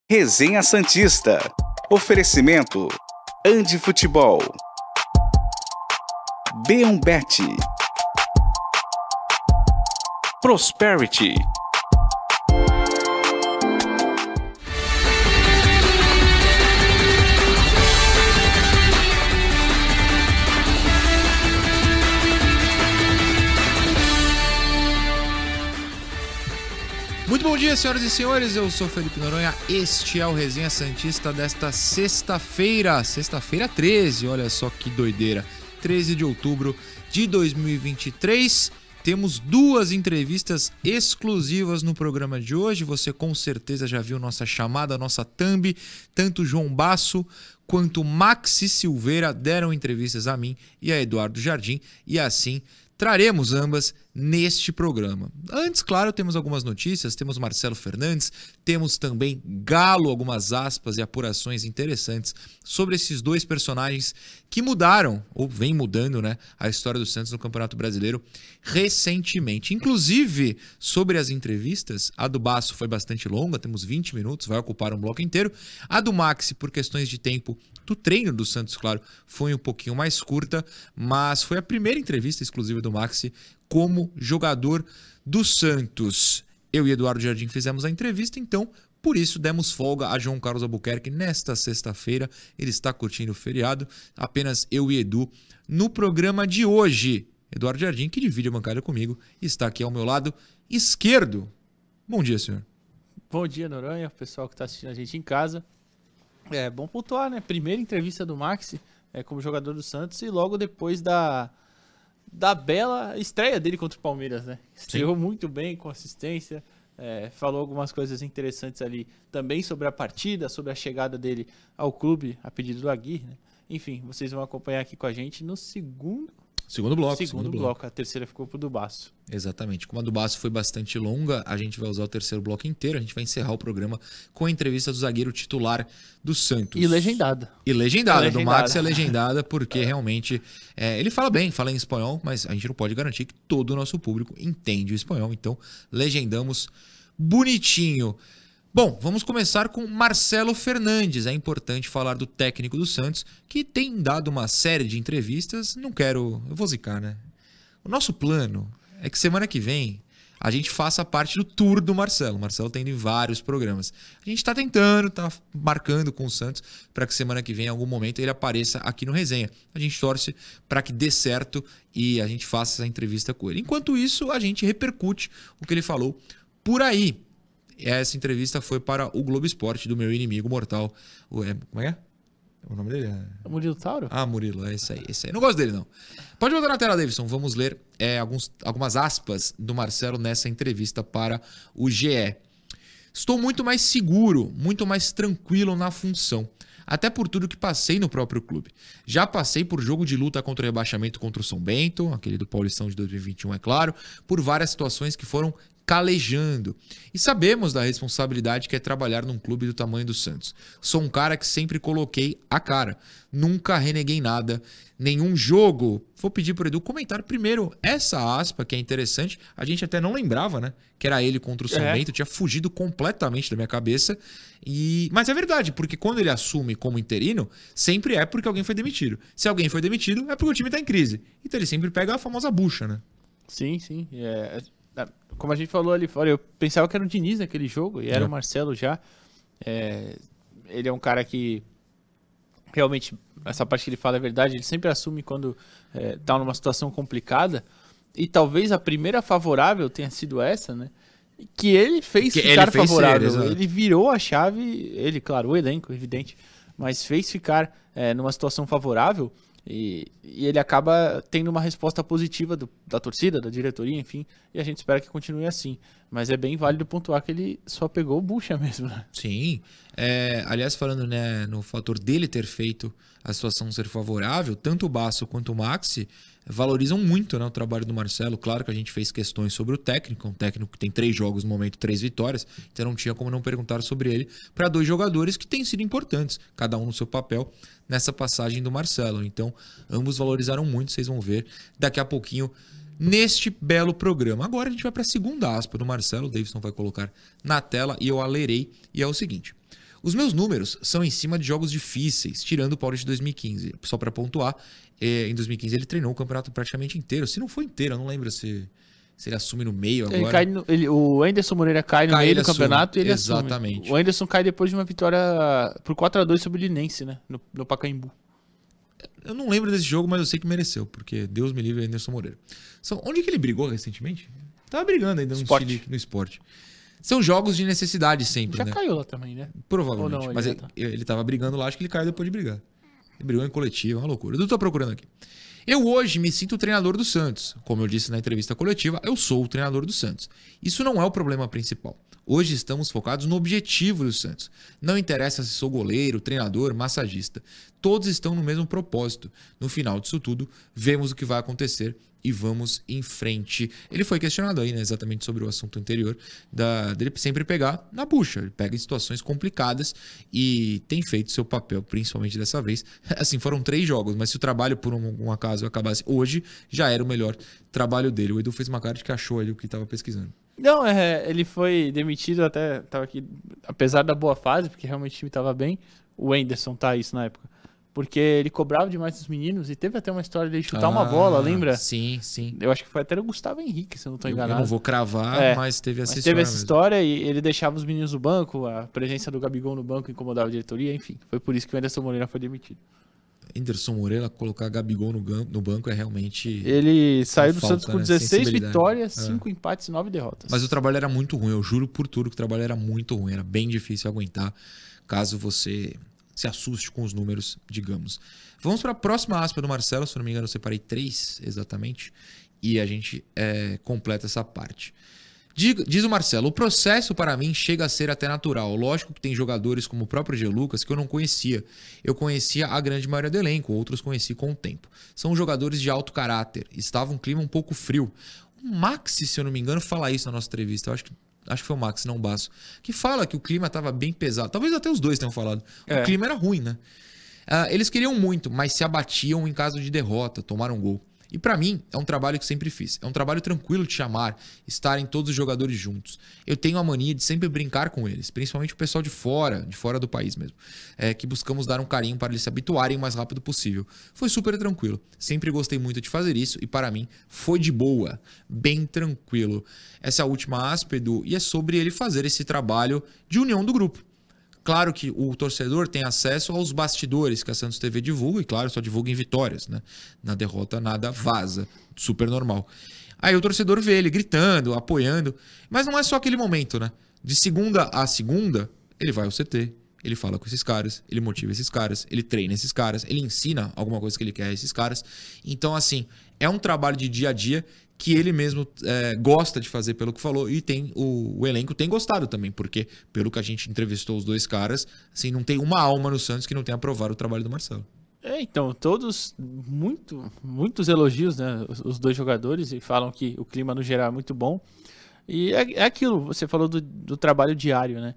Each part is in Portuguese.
Resenha Santista. Oferecimento Andi Futebol, B1Bet, Prosperity. Muito bom dia, senhoras e senhores, eu sou Felipe Noronha, este é o Resenha Santista desta sexta-feira 13, olha só que doideira, 13 de outubro de 2023, temos duas entrevistas exclusivas no programa de hoje, você com certeza já viu nossa chamada, nossa thumb, tanto João Basso quanto Maxi Silveira deram entrevistas a mim e a Eduardo Jardim e assim traremos ambas neste programa. Antes, claro, temos algumas notícias, temos Marcelo Fernandes, temos também Galo, algumas aspas e apurações interessantes sobre esses dois personagens que mudaram, ou vem mudando, né, a história do Santos no Campeonato Brasileiro recentemente. Inclusive, sobre as entrevistas, a do Basso foi bastante longa, temos 20 minutos, vai ocupar um bloco inteiro. A do Maxi, por questões de tempo do treino do Santos, claro, foi um pouquinho mais curta, mas foi a primeira entrevista exclusiva do Maxi como jogador do Santos. Eu e Eduardo Jardim fizemos a entrevista, então, por isso demos folga a João Carlos Albuquerque nesta sexta-feira. Ele está curtindo o feriado, apenas eu e Edu no programa de hoje. Eduardo Jardim, que divide a bancada comigo, está aqui ao meu lado esquerdo. Bom dia, senhor. Bom dia, Noronha, pessoal que está assistindo a gente em casa. É bom pontuar, né? Primeira entrevista do Maxi como jogador do Santos e logo depois da bela estreia dele contra o Palmeiras, né? Estreou muito bem, com assistência, falou algumas coisas interessantes ali também sobre a partida, sobre a chegada dele ao clube, a pedido do Aguirre, né? Enfim, vocês vão acompanhar aqui com a gente no segundo bloco. A terceira ficou pro do Basso. Exatamente. Como a do Basso foi bastante longa, a gente vai usar o terceiro bloco inteiro. A gente vai encerrar o programa com a entrevista do zagueiro titular do Santos. E legendada. Do Max é legendada, porque realmente ele fala bem, fala em espanhol, mas a gente não pode garantir que todo o nosso público entende o espanhol. Então, legendamos bonitinho. Bom, vamos começar com Marcelo Fernandes. É importante falar do técnico do Santos, que tem dado uma série de entrevistas. Eu vou zicar, né? O nosso plano é que semana que vem a gente faça parte do tour do Marcelo. O Marcelo tem ido em vários programas. A gente está tentando, está marcando com o Santos para que semana que vem, em algum momento, ele apareça aqui no Resenha. A gente torce para que dê certo e a gente faça essa entrevista com ele. Enquanto isso, a gente repercute o que ele falou por aí. Essa entrevista foi para o Globo Esporte, do meu inimigo mortal. Como é? O nome dele é Murilo Tauro? Ah, Murilo, é esse aí. Não gosto dele, não. Pode botar na tela, Davidson. Vamos ler algumas aspas do Marcelo nessa entrevista para o GE. Estou muito mais seguro, muito mais tranquilo na função. Até por tudo que passei no próprio clube. Já passei por jogo de luta contra o rebaixamento contra o São Bento, aquele do Paulistão de 2021, é claro, por várias situações que foram calejando. E sabemos da responsabilidade que é trabalhar num clube do tamanho do Santos. Sou um cara que sempre coloquei a cara. Nunca reneguei nada. Nenhum jogo. Vou pedir pro Edu comentar primeiro essa aspa, que é interessante. A gente até não lembrava, né? Que era ele contra o São Bento. Tinha fugido completamente da minha cabeça. Mas é verdade, porque quando ele assume como interino, sempre é porque alguém foi demitido. Se alguém foi demitido, é porque o time tá em crise. Então ele sempre pega a famosa bucha, né? Sim. Como a gente falou ali fora, eu pensava que era o Diniz naquele jogo, e era o Marcelo já. Ele é um cara que realmente, essa parte que ele fala é verdade, ele sempre assume quando tá numa situação complicada, e talvez a primeira favorável tenha sido essa, né? Que ele fez ficar favorável. Ele virou a chave, claro, o elenco, evidente, mas fez ficar numa situação favorável. E ele acaba tendo uma resposta positiva da torcida, da diretoria, enfim, e a gente espera que continue assim. Mas é bem válido pontuar que ele só pegou o bucha mesmo, né? Sim. Aliás, falando, né, no fator dele ter feito a situação ser favorável, tanto o Basso quanto o Maxi valorizam muito, né, o trabalho do Marcelo. Claro que a gente fez questões sobre o técnico, um técnico que tem 3 jogos no momento, 3 vitórias, então não tinha como não perguntar sobre ele para 2 jogadores que têm sido importantes, cada um no seu papel nessa passagem do Marcelo. Então, ambos valorizaram muito, vocês vão ver daqui a pouquinho neste belo programa. Agora a gente vai para a segunda aspa do Marcelo, o Davidson vai colocar na tela e eu a lerei, e é o seguinte: Os meus números são em cima de jogos difíceis, tirando o Paulista de 2015. Só para pontuar, em 2015 ele treinou o campeonato praticamente inteiro. Se não foi inteiro, eu não lembro se ele assume no meio agora. O Anderson Moreira cai no meio do campeonato e ele Exatamente. assume. O Anderson cai depois de uma vitória por 4-2 sobre o Linense, né? No Pacaembu. Eu não lembro desse jogo, mas eu sei que mereceu, porque Deus me livre, Anderson Moreira. Onde que ele brigou recentemente? Tava brigando ainda no esporte. São jogos de necessidade sempre, Já né? caiu lá também, né? Provavelmente. Ou não, mas ele tava brigando lá, acho que ele caiu depois de brigar. Ele brigou em coletivo, é uma loucura. Eu tô procurando aqui. Eu hoje me sinto o treinador do Santos. Como eu disse na entrevista coletiva, eu sou o treinador do Santos. Isso não é o problema principal. Hoje estamos focados no objetivo do Santos. Não interessa se sou goleiro, treinador, massagista. Todos estão no mesmo propósito. No final disso tudo, vemos o que vai acontecer e vamos em frente. Ele foi questionado aí, né, exatamente sobre o assunto anterior, dele sempre pegar na bucha. Ele pega em situações complicadas e tem feito seu papel, principalmente dessa vez. Assim, foram 3 jogos, mas se o trabalho por um acaso acabasse hoje, já era o melhor trabalho dele. O Edu fez uma cara de que achou ali o que estava pesquisando. Não, ele foi demitido até, tava aqui, apesar da boa fase, porque realmente o time estava bem, o Anderson tá isso na época. Porque ele cobrava demais dos meninos e teve até uma história de chutar uma bola, lembra? Sim, sim. Eu acho que foi até o Gustavo Henrique, se eu não tô enganado. Eu não vou cravar, mas teve essa história. Teve essa história e ele deixava os meninos no banco, a presença do Gabigol no banco incomodava a diretoria, enfim. Foi por isso que o Anderson Moreira foi demitido. Anderson Moreira, colocar Gabigol no banco é realmente... Ele saiu do Santos com 16 sensibilidade. vitórias, 5 empates e 9 derrotas. Mas o trabalho era muito ruim, eu juro por tudo que o trabalho era muito ruim. Era bem difícil aguentar, caso você se assuste com os números, digamos. Vamos para a próxima aspa do Marcelo, se não me engano eu separei 3 exatamente, e a gente completa essa parte. Diz o Marcelo, o processo para mim chega a ser até natural. Lógico que tem jogadores como o próprio G. Lucas que eu não conhecia. Eu conhecia a grande maioria do elenco, outros conheci com o tempo. São jogadores de alto caráter. Estava um clima um pouco frio. O Maxi, se eu não me engano, fala isso na nossa entrevista. Eu acho que foi o Max, não o Basso. Que fala que o clima estava bem pesado. Talvez até os dois tenham falado. O clima era ruim, né? Eles queriam muito, mas se abatiam em caso de derrota, tomaram gol. E pra mim, é um trabalho que sempre fiz. É um trabalho tranquilo de chamar, estarem todos os jogadores juntos. Eu tenho a mania de sempre brincar com eles, principalmente o pessoal de fora do país mesmo. Que buscamos dar um carinho para eles se habituarem o mais rápido possível. Foi super tranquilo. Sempre gostei muito de fazer isso e para mim foi de boa, bem tranquilo. Essa é a última aspa, Edu, e é sobre ele fazer esse trabalho de união do grupo. Claro que o torcedor tem acesso aos bastidores que a Santos TV divulga, e claro, só divulga em vitórias, né? Na derrota nada vaza, super normal. Aí o torcedor vê ele gritando, apoiando, mas não é só aquele momento, né? De segunda a segunda, ele vai ao CT, ele fala com esses caras, ele motiva esses caras, ele treina esses caras, ele ensina alguma coisa que ele quer a esses caras. Então, assim, é um trabalho de dia a dia que ele mesmo gosta de fazer, pelo que falou, e o elenco tem gostado também, porque pelo que a gente entrevistou os dois caras, assim, não tem uma alma no Santos que não tenha aprovado o trabalho do Marcelo. Então, todos, muitos elogios, né, os dois jogadores, e falam que o clima no geral é muito bom, e é aquilo, você falou do trabalho diário, né,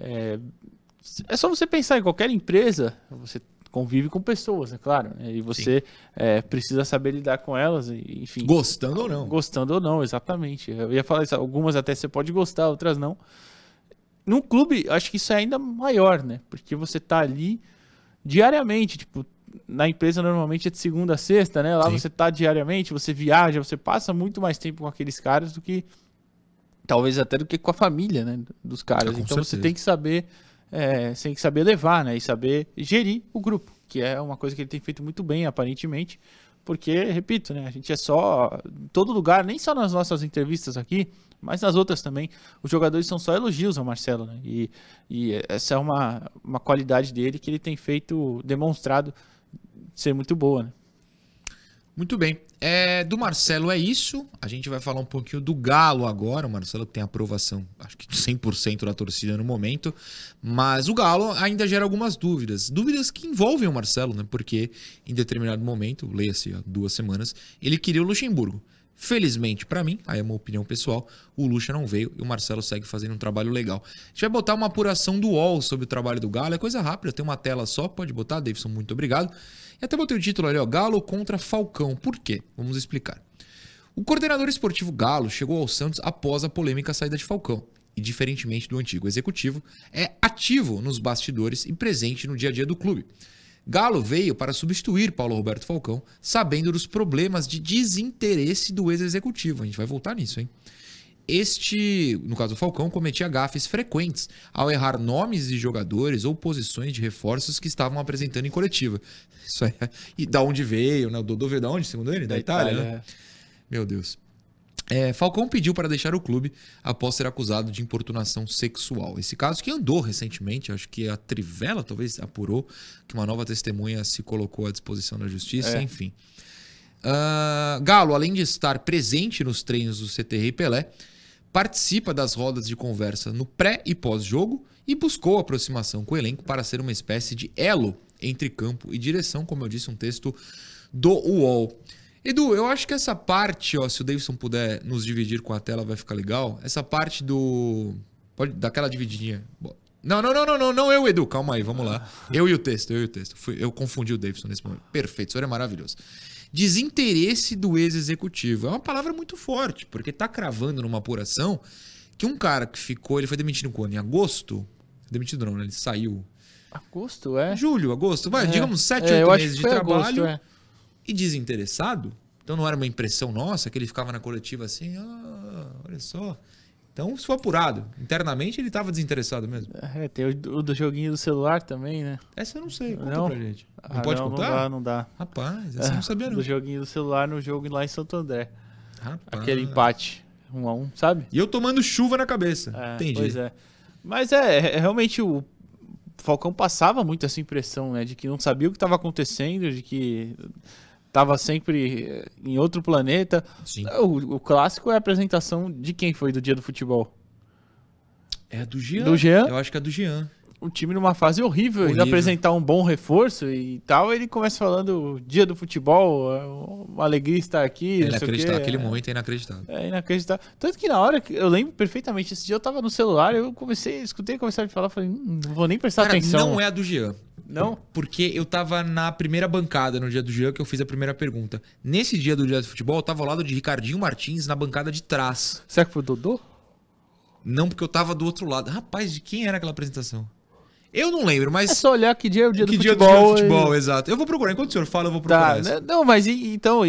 é só você pensar em qualquer empresa, você convive com pessoas, é claro, né? E você precisa saber lidar com elas, enfim. Gostando ou não. Gostando ou não, exatamente. Eu ia falar isso, algumas até você pode gostar, outras não. Num clube, acho que isso é ainda maior, né? Porque você tá ali diariamente, tipo, na empresa normalmente é de segunda a sexta, né? Lá você tá diariamente, você viaja, você passa muito mais tempo com aqueles caras do que, talvez até do que com a família, né? Dos caras. Então certeza. Você tem que saber... tem que saber levar, né? E saber gerir o grupo, que é uma coisa que ele tem feito muito bem, aparentemente, porque, repito, né? A gente em todo lugar, nem só nas nossas entrevistas aqui, mas nas outras também, os jogadores são só elogios ao Marcelo, né? E essa é uma qualidade dele que ele tem demonstrado ser muito boa, né? Muito bem. Do Marcelo é isso. A gente vai falar um pouquinho do Galo agora. O Marcelo tem aprovação, acho que 100% da torcida no momento. Mas o Galo ainda gera algumas dúvidas. Dúvidas que envolvem o Marcelo, né? Porque em determinado momento, leia-se há 2 semanas, ele queria o Luxemburgo. Felizmente, para mim, aí é uma opinião pessoal, o Lucha não veio e o Marcelo segue fazendo um trabalho legal. A gente vai botar uma apuração do UOL sobre o trabalho do Galo. É coisa rápida, tem uma tela só, pode botar, Davidson, muito obrigado. E até botei o título ali, ó, Galo contra Falcão. Por quê? Vamos explicar. O coordenador esportivo Galo chegou ao Santos após a polêmica saída de Falcão. e, diferentemente do antigo executivo, é ativo nos bastidores e presente no dia a dia do clube. Galo veio para substituir Paulo Roberto Falcão, sabendo dos problemas de desinteresse do ex-executivo. A gente vai voltar nisso, hein? Este, no caso do Falcão, cometia gafes frequentes ao errar nomes de jogadores ou posições de reforços que estavam apresentando em coletiva. Isso aí. E da onde veio, né? O Dodô veio da onde, segundo ele? Da Itália, né? Meu Deus. Falcão pediu para deixar o clube após ser acusado de importunação sexual. Esse caso que andou recentemente, acho que a Trivela talvez apurou que uma nova testemunha se colocou à disposição da justiça, enfim. Galo, além de estar presente nos treinos do CT Rei Pelé, participa das rodas de conversa no pré e pós-jogo e buscou aproximação com o elenco para ser uma espécie de elo entre campo e direção, como eu disse, um texto do UOL. Edu, eu acho que essa parte, ó, se o Davidson puder nos dividir com a tela, vai ficar legal. Essa parte do... Pode dar aquela divididinha. Não eu, Edu, calma aí, vamos lá. Eu e o texto. Eu confundi o Davidson nesse momento. Perfeito, o senhor é maravilhoso. Desinteresse do ex-executivo. É uma palavra muito forte, porque tá cravando numa apuração que um cara que ficou... Ele foi demitido quando? Em agosto? Demitido não, né? Ele saiu... Agosto, Julho, agosto. Vai, digamos 7, 8 meses de trabalho. Agosto, E desinteressado. Então não era uma impressão nossa que ele ficava na coletiva assim, olha só. Então isso foi apurado. Internamente ele estava desinteressado mesmo. Tem o do joguinho do celular também, né? Essa eu não sei, conta pra gente. Não pode não, contar? Não dá. Rapaz, essa eu não sabia não. Do joguinho do celular no jogo lá em Santo André. Rapaz. Aquele empate, 1-1, sabe? E eu tomando chuva na cabeça. Entendi. Pois é. Mas realmente o Falcão passava muito essa impressão, né? De que não sabia o que estava acontecendo, de que estava sempre em outro planeta. Sim. O clássico é a apresentação de quem foi do Dia do Futebol? É a do Jean. Do Jean? Eu acho que é a do Jean. O time numa fase horrível. Ele apresentar um bom reforço e tal, ele começa falando Dia do Futebol, uma alegria estar aqui. É inacreditável, aquele momento é inacreditável. É inacreditável. Tanto que na hora, eu lembro perfeitamente, esse dia eu tava no celular, eu escutei começar a falar, falei, não vou nem prestar atenção. Não é a do Jean. Não? Porque eu tava na primeira bancada no dia do Jean que eu fiz a primeira pergunta. Nesse dia do Dia do Futebol, eu tava ao lado de Ricardinho Martins na bancada de trás. Será que foi o Dodô? Não, porque eu tava do outro lado. Rapaz, de quem era aquela apresentação? Eu não lembro, mas... É só olhar que dia é o dia do futebol. Que dia do futebol, exato. Eu vou procurar. Enquanto o senhor fala, eu vou procurar. Tá, não, mas então...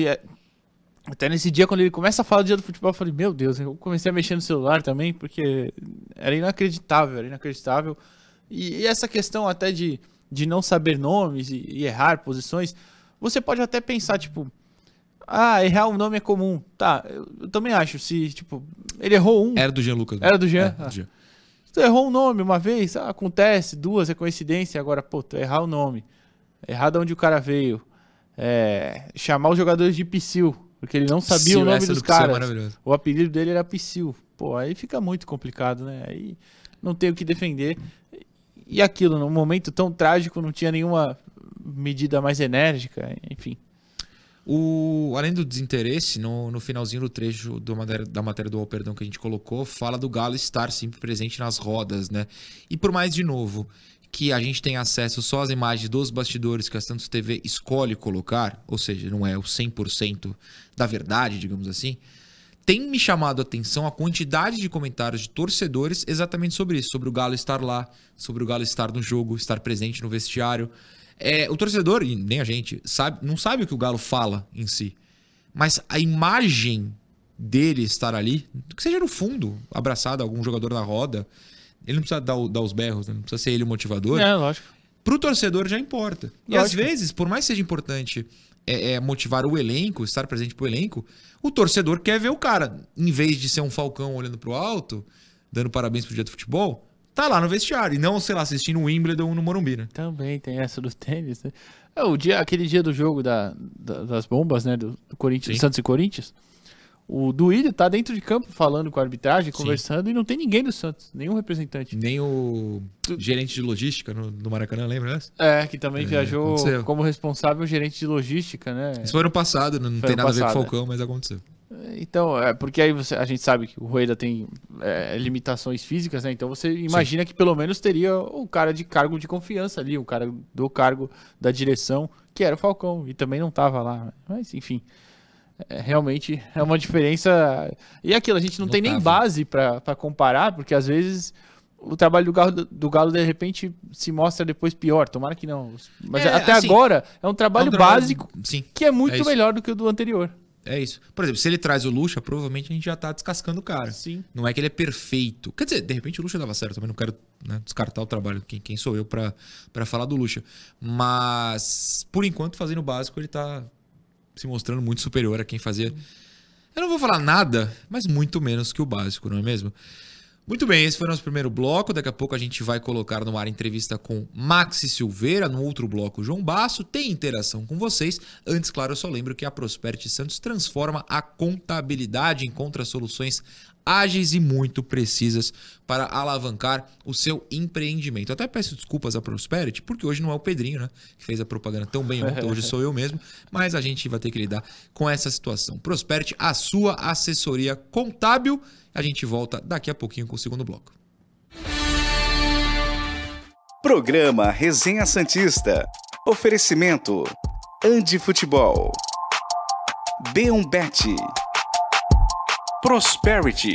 Até nesse dia, quando ele começa a falar do dia do futebol, eu falei, meu Deus, eu comecei a mexer no celular também, porque era inacreditável. E essa questão até de não saber nomes e errar posições, você pode até pensar, tipo... errar um nome é comum. Tá, eu também acho. Se, tipo, ele errou um... Era do Jean Lucas. Era do Jean? Do Jean. Tu errou um nome uma vez, acontece, 2 é coincidência, agora, tu errar o nome, errar de onde o cara veio, chamar os jogadores de Psyu, porque ele não sabia o nome dos caras, o apelido dele era Psyu, aí fica muito complicado, né, aí não tem o que defender, e aquilo, num momento tão trágico, não tinha nenhuma medida mais enérgica, enfim. Além do desinteresse, no finalzinho do trecho da matéria do UOL, perdão, que a gente colocou, fala do Galo estar sempre presente nas rodas, né? E por mais, de novo, que a gente tem acesso só às imagens dos bastidores que a Santos TV escolhe colocar, ou seja, não é o 100% da verdade, digamos assim, tem me chamado a atenção a quantidade de comentários de torcedores exatamente sobre isso, sobre o Galo estar lá, sobre o Galo estar no jogo, estar presente no vestiário. O torcedor, e nem a gente, não sabe o que o Galo fala em si. Mas a imagem dele estar ali, que seja no fundo, abraçado a algum jogador da roda, ele não precisa dar os berros, né? Não precisa ser ele o motivador. Lógico. Pro torcedor já importa. E lógico. Às vezes, por mais que seja importante motivar o elenco, estar presente pro elenco, o torcedor quer ver o cara, em vez de ser um Falcão olhando pro alto, dando parabéns pro dia do futebol, tá lá no vestiário, e não, sei lá, assistindo o Wimbledon no Morumbi, né? Também tem essa do tênis, né? Aquele dia do jogo das bombas, né? Do Corinthians, Santos e Corinthians. O Duílio tá dentro de campo falando com a arbitragem, conversando, e não tem ninguém do Santos, nenhum representante. Nem o gerente de logística no Maracanã, lembra dessa? Que também viajou como responsável gerente de logística, né? Isso foi ano passado, não tem nada a ver com o Falcão, mas aconteceu. Então, porque aí a gente sabe que o Rueda tem limitações físicas, né? Então você imagina que pelo menos teria o cara de cargo de confiança ali, o cara do cargo da direção, que era o Falcão, e também não tava lá. Mas, enfim. realmente é uma diferença. E aquilo, a gente não tem nem Notável. base para comparar, porque às vezes o trabalho do Galo de repente se mostra depois pior. Tomara que não. Mas até assim, agora é um trabalho básico Sim, que é muito isso. melhor do que o do anterior. é isso. Por exemplo, se ele traz o Lucha, provavelmente a gente já tá descascando o cara. Sim. Não é que ele é perfeito. Quer dizer, de repente o Lucha dava certo. Também não quero, né, descartar o trabalho. Quem sou eu pra falar do Lucha? Mas, por enquanto, fazendo o básico, ele tá se mostrando muito superior a quem fazia. Eu não vou falar nada, mas muito menos que o básico, não é mesmo? Muito bem, esse foi o nosso primeiro bloco. Daqui a pouco a gente vai colocar no ar a entrevista com Maxi Silveira. No outro bloco, João Basso. Tem interação com vocês. Antes, claro, eu só lembro que a Prosperity Santos transforma a contabilidade, encontra soluções ágeis e muito precisas para alavancar o seu empreendimento. Eu até peço desculpas à Prosperity, porque hoje não é o Pedrinho, né, que fez a propaganda tão bem ontem, hoje sou eu mesmo, mas a gente vai ter que lidar com essa situação. Prosperity, a sua assessoria contábil. A gente volta daqui a pouquinho com o segundo bloco. Programa Resenha Santista. Oferecimento Andi Futebol. B1Bet. Prosperity.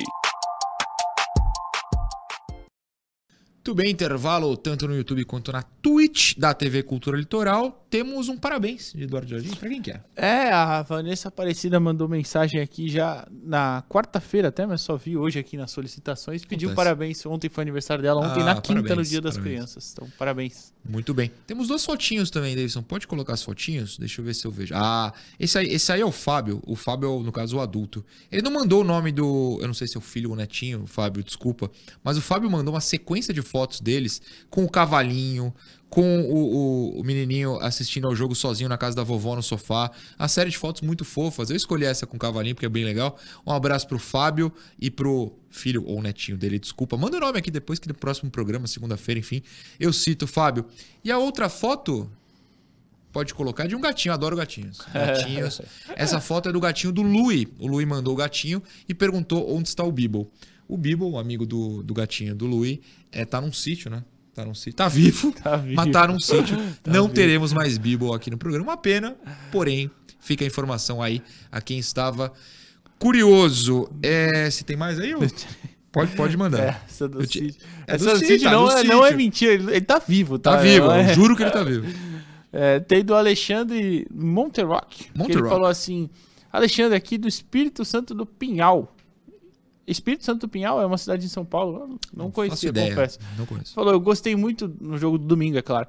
Muito bem, intervalo tanto no YouTube quanto na Twitch da TV Cultura Litoral. Temos um parabéns de Eduardo Jardim. Pra quem que é? A Vanessa Aparecida mandou mensagem aqui já na quarta-feira até, mas só vi hoje aqui nas solicitações. Pediu Acontece. parabéns, ontem foi aniversário dela, ontem na quinta, parabéns, no Dia das parabéns. Crianças. Então, parabéns. Muito bem. Temos 2 fotinhos também, Davidson. Pode colocar as fotinhos? Deixa eu ver se eu vejo. Ah, esse aí é o Fábio. O Fábio é, no caso, o adulto. Ele não mandou o nome do... Eu não sei se é o filho ou o netinho, o Fábio, desculpa. Mas o Fábio mandou uma sequência de fotos deles com o cavalinho, com o menininho assistindo ao jogo sozinho na casa da vovó no sofá. Uma série de fotos muito fofas. Eu escolhi essa com o cavalinho porque é bem legal. Um abraço pro Fábio e pro filho ou netinho dele, desculpa. Manda o nome aqui depois que no próximo programa, segunda-feira, enfim, eu cito o Fábio. E a outra foto, pode colocar, de um gatinho. Adoro gatinhos. Gatinhos. Essa foto é do gatinho do Lui. O Lui mandou o gatinho e perguntou onde está o Bibo. O Bibo, o amigo do gatinho do Lui, tá num sítio, né? Tá num sítio. Tá vivo, mas tá num sítio. Não teremos mais Bibo aqui no programa. Uma pena, porém, fica a informação aí a quem estava curioso. Se tem mais aí? Pode mandar. Essa do sítio. É Essa do do sítio do não é sítio. mentira, ele tá vivo, tá? Tá vivo, É. eu juro que ele tá vivo. Tem do Alexandre Monterock, que ele Monterock. falou assim: Alexandre, aqui do Espírito Santo do Pinhal. Espírito Santo do Pinhal é uma cidade em São Paulo? Eu não conhecia, confesso. Não conheço. Falou, eu gostei muito no jogo do domingo, é claro,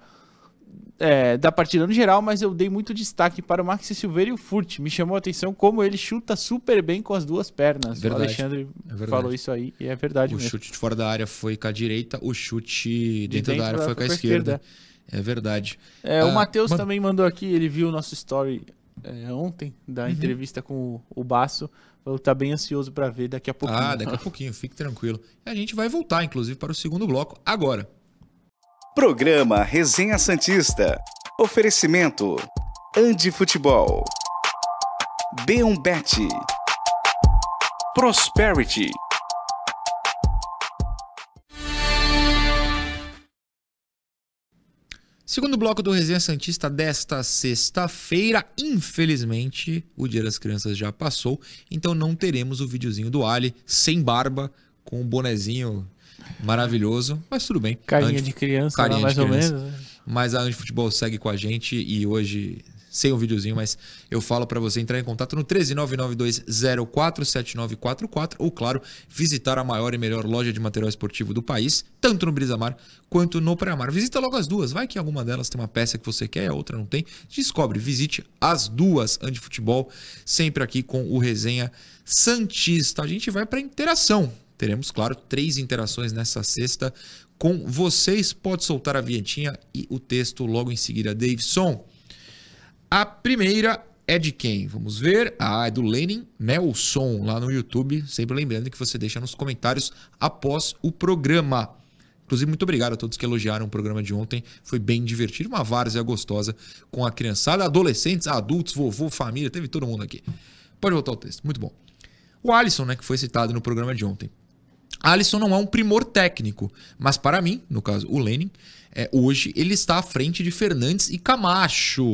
da partida no geral, mas eu dei muito destaque para o Maxi Silveira e o Furt. Me chamou a atenção como ele chuta super bem com as duas pernas. Verdade. O Alexandre verdade. falou isso aí e é verdade O mesmo. chute de fora da área foi com a direita, o chute dentro da área foi com a esquerda. É verdade. O Matheus mano. também mandou aqui, ele viu o nosso story ontem, da entrevista com o Basso. Falou que tá bem ansioso para ver daqui a pouquinho. Daqui a pouquinho, fique tranquilo. E a gente vai voltar, inclusive, para o segundo bloco agora. Programa Resenha Santista. Oferecimento Andi Futebol. B1Bet. Prosperity. Segundo bloco do Resenha Santista desta sexta-feira. Infelizmente, o Dia das Crianças já passou, então não teremos o videozinho do Ali sem barba, com um bonezinho maravilhoso, mas tudo bem. Carinha de criança, carinha mais de ou criança. menos. Mas a Andi Futebol segue com a gente e hoje sem um videozinho, mas eu falo para você entrar em contato no 13992047944 ou, claro, visitar a maior e melhor loja de material esportivo do país, tanto no Brisamar quanto no Praia-Mar. Visita logo as duas, vai que alguma delas tem uma peça que você quer e a outra não tem. Descobre, visite as duas. Andi Futebol, sempre aqui com o Resenha Santista. A gente vai para interação. Teremos, claro, 3 interações nessa sexta com vocês. Pode soltar a vinhetinha e o texto logo em seguida. Davidson. A primeira é de quem? Vamos ver. É do Lenin Nelson, lá no YouTube. Sempre lembrando que você deixa nos comentários após o programa. Inclusive, muito obrigado a todos que elogiaram o programa de ontem. Foi bem divertido, uma várzea gostosa com a criançada, adolescentes, adultos, vovô, família, teve todo mundo aqui. Pode voltar ao texto, muito bom. O Alisson, né, que foi citado no programa de ontem. Alisson não é um primor técnico, mas para mim, no caso o Lenin, hoje ele está à frente de Fernandes e Camacho.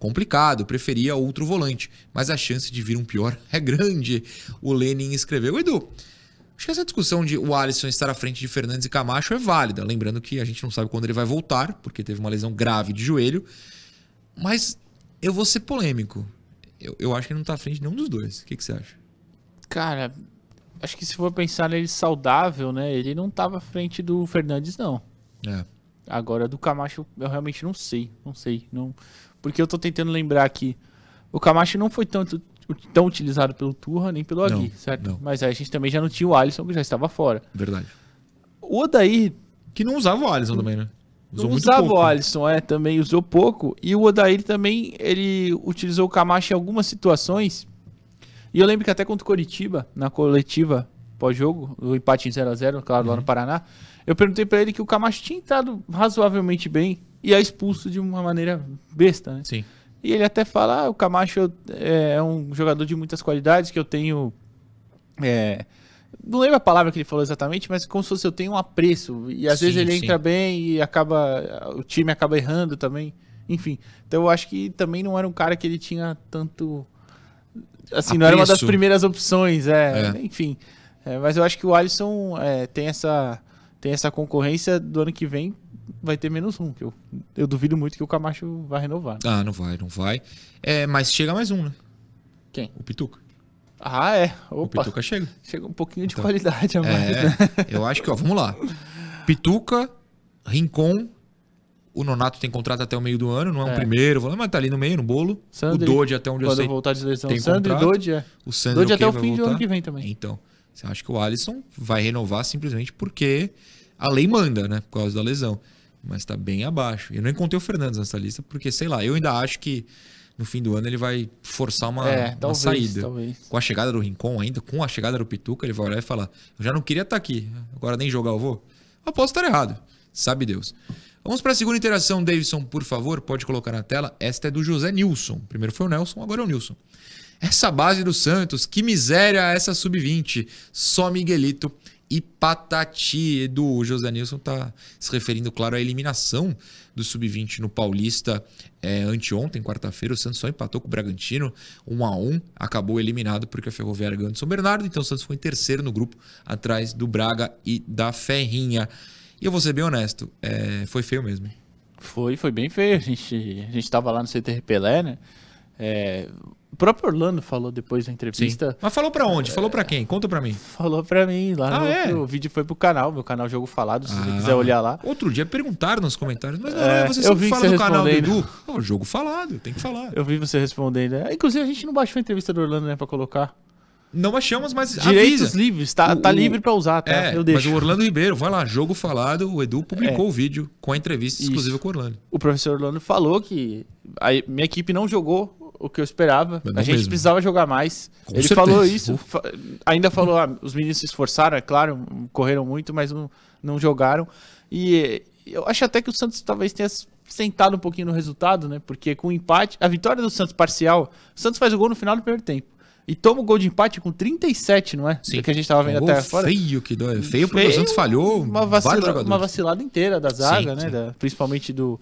complicado, preferia outro volante, mas a chance de vir um pior é grande, o Lenin escreveu. Edu, acho que essa discussão de o Alisson estar à frente de Fernandes e Camacho é válida, lembrando que a gente não sabe quando ele vai voltar, porque teve uma lesão grave de joelho, mas eu vou ser polêmico. Eu acho que ele não tá à frente de nenhum dos dois. O que você acha? Cara, acho que se for pensar nele saudável, né? Ele não tava à frente do Fernandes, não. Agora, do Camacho, eu realmente não sei. Não, porque eu tô tentando lembrar aqui. O Camacho não foi tão utilizado pelo Turra, nem pelo Agui, certo? Não. Mas aí a gente também já não tinha o Alisson, que já estava fora. Verdade. O Odair... Que não usava o Alisson também, né? Usou muito pouco. O Alisson, também usou pouco. E o Odair também, ele utilizou o Camacho em algumas situações. E eu lembro que até contra o Coritiba, na coletiva pós-jogo, o empate em 0x0, claro, lá no Paraná, eu perguntei pra ele que o Camacho tinha entrado razoavelmente bem e é expulso de uma maneira besta, né? Sim. E ele até fala, o Camacho é um jogador de muitas qualidades, que eu tenho... não lembro a palavra que ele falou exatamente, mas como se fosse eu tenho um apreço. E às vezes ele entra bem e o time acaba errando também. Enfim, então eu acho que também não era um cara que ele tinha tanto... Assim, não era uma das primeiras opções, enfim. Mas eu acho que o Alisson tem essa concorrência do ano que vem, vai ter menos um. Que eu duvido muito que o Camacho vai renovar. Ah, não vai. Mas chega mais um, né? Quem? O Pituca. Ah, é. Opa. O Pituca chega. Chega um pouquinho de qualidade a mais, né? Eu acho que, vamos lá. Pituca, Rincon, o Nonato tem contrato até o meio do ano, não é um primeiro, mas tá ali no meio, no bolo. Sandri, o Dodge até onde eu sei. Quando voltar de lesão, tem Sandri, Dodge, O Sandri Dodge até o fim do ano que vem também. Então, você acha que o Alisson vai renovar simplesmente porque a lei manda, né? Por causa da lesão. Mas tá bem abaixo. Eu nem contei o Fernandes nessa lista, porque, sei lá, eu ainda acho que no fim do ano ele vai forçar uma saída. Talvez. Com a chegada do Rincon ainda, com a chegada do Pituca, ele vai olhar e falar, eu já não queria estar aqui, agora nem jogar eu vou. Eu posso estar errado, sabe Deus. Vamos para a segunda interação, Davidson, por favor, pode colocar na tela. Esta é do José Nilson. Primeiro foi o Nelson, agora é o Nilson. Essa base do Santos, que miséria essa sub-20. Só Miguelito e Patati. Edu, o José Nilson está se referindo, claro, à eliminação do sub-20 no Paulista anteontem, quarta-feira. O Santos só empatou com o Bragantino 1-1. Acabou eliminado porque a Ferroviária ganhou de São Bernardo. Então o Santos foi em terceiro no grupo, atrás do Braga e da Ferrinha. E eu vou ser bem honesto, foi feio mesmo. Foi bem feio. A gente tava lá no CTR Pelé, né? O próprio Orlando falou depois da entrevista. Sim. Mas falou pra onde? Falou pra quem? Conta pra mim. Falou pra mim lá o vídeo foi pro canal, meu canal Jogo Falado, se você quiser olhar lá. Outro dia perguntaram nos comentários, mas você sempre fala do canal do Edu. Jogo Falado, tem que falar. Eu vi você respondendo. Inclusive a gente não baixou a entrevista do Orlando, né, pra colocar. Não achamos, mas direitos avisa. Livres, tá livre pra usar, tá? Eu deixo. Mas o Orlando Ribeiro, vai lá, Jogo Falado, o Edu publicou o vídeo com a entrevista exclusiva com o Orlando. O professor Orlando falou que a minha equipe não jogou o que eu esperava, a gente precisava jogar mais. Ele falou isso, ainda falou, os meninos se esforçaram, é claro, correram muito, mas não jogaram. E eu acho até que o Santos talvez tenha sentado um pouquinho no resultado, né? Porque com o empate, a vitória do Santos parcial, o Santos faz o gol no final do primeiro tempo. E toma o gol de empate com 37, não é? Sim. Do que a gente tava vendo até fora. Feio que dói. Feio porque o Santos falhou uma vacilada inteira da zaga, né? Principalmente do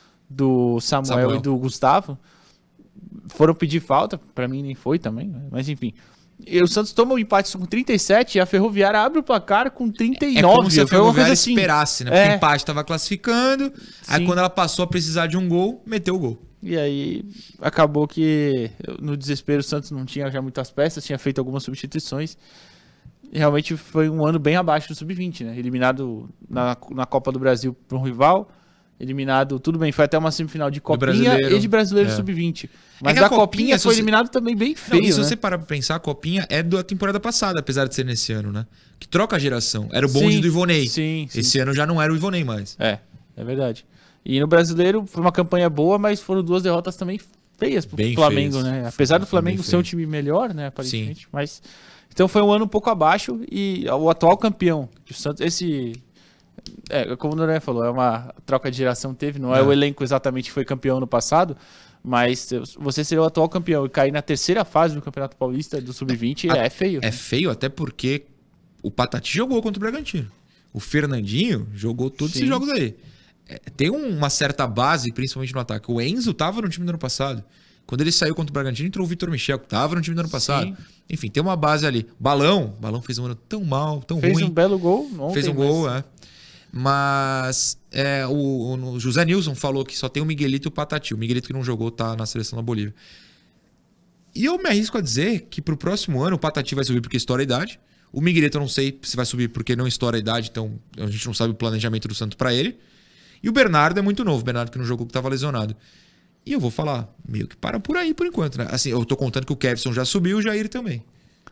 Samuel e do Gustavo. Foram pedir falta, pra mim nem foi também, mas enfim. E o Santos toma o empate com 37 e a Ferroviária abre o placar com 39. É como se a Ferroviária assim, esperasse, né? Porque o empate tava classificando, aí quando ela passou a precisar de um gol, meteu o gol. E aí acabou que no desespero o Santos não tinha já muitas peças, tinha feito algumas substituições. E realmente foi um ano bem abaixo do sub-20, né? Eliminado na Copa do Brasil por um rival. Eliminado, tudo bem, foi até uma semifinal de Copinha e de Brasileiro Sub-20. Mas da Copinha foi eliminado também bem feio, se você parar pra pensar, a Copinha é da temporada passada, apesar de ser nesse ano, né? Que troca a geração. Era o bonde do Ivonei. Sim. Esse ano já não era o Ivonei mais. É verdade. E no Brasileiro foi uma campanha boa, mas foram 2 derrotas também feias pro Flamengo, feias, né? Apesar do Flamengo ser um time melhor, né, aparentemente. Mas então foi um ano um pouco abaixo e o atual campeão de Santos, como o Noronha falou, é uma troca de geração não é o elenco exatamente que foi campeão no passado, mas você ser o atual campeão e cair na terceira fase do Campeonato Paulista do Sub-20 é feio. É feio até porque o Patati jogou contra o Bragantino. O Fernandinho jogou todos esses jogos aí. tem uma certa base, principalmente no ataque. O Enzo tava no time do ano passado. Quando ele saiu contra o Bragantino, entrou o Vitor Michel, que tava no time do ano passado. Sim. Enfim, tem uma base ali. Balão fez um ano tão mal, tão Fez ruim. um belo gol ontem. Fez um gol, Mas o José Nilson falou que só tem o Miguelito e o Patati. O Miguelito que não jogou tá na seleção da Bolívia. E eu me arrisco a dizer que pro próximo ano o Patati vai subir porque estoura a idade. O Miguelito eu não sei se vai subir porque não estoura a idade, então a gente não sabe o planejamento do Santos pra ele. E o Bernardo é muito novo, o Bernardo que não jogou, que tava lesionado. E eu vou falar, meio que para por aí por enquanto, né? Assim, eu tô contando que o Kevson já subiu e o Jair também.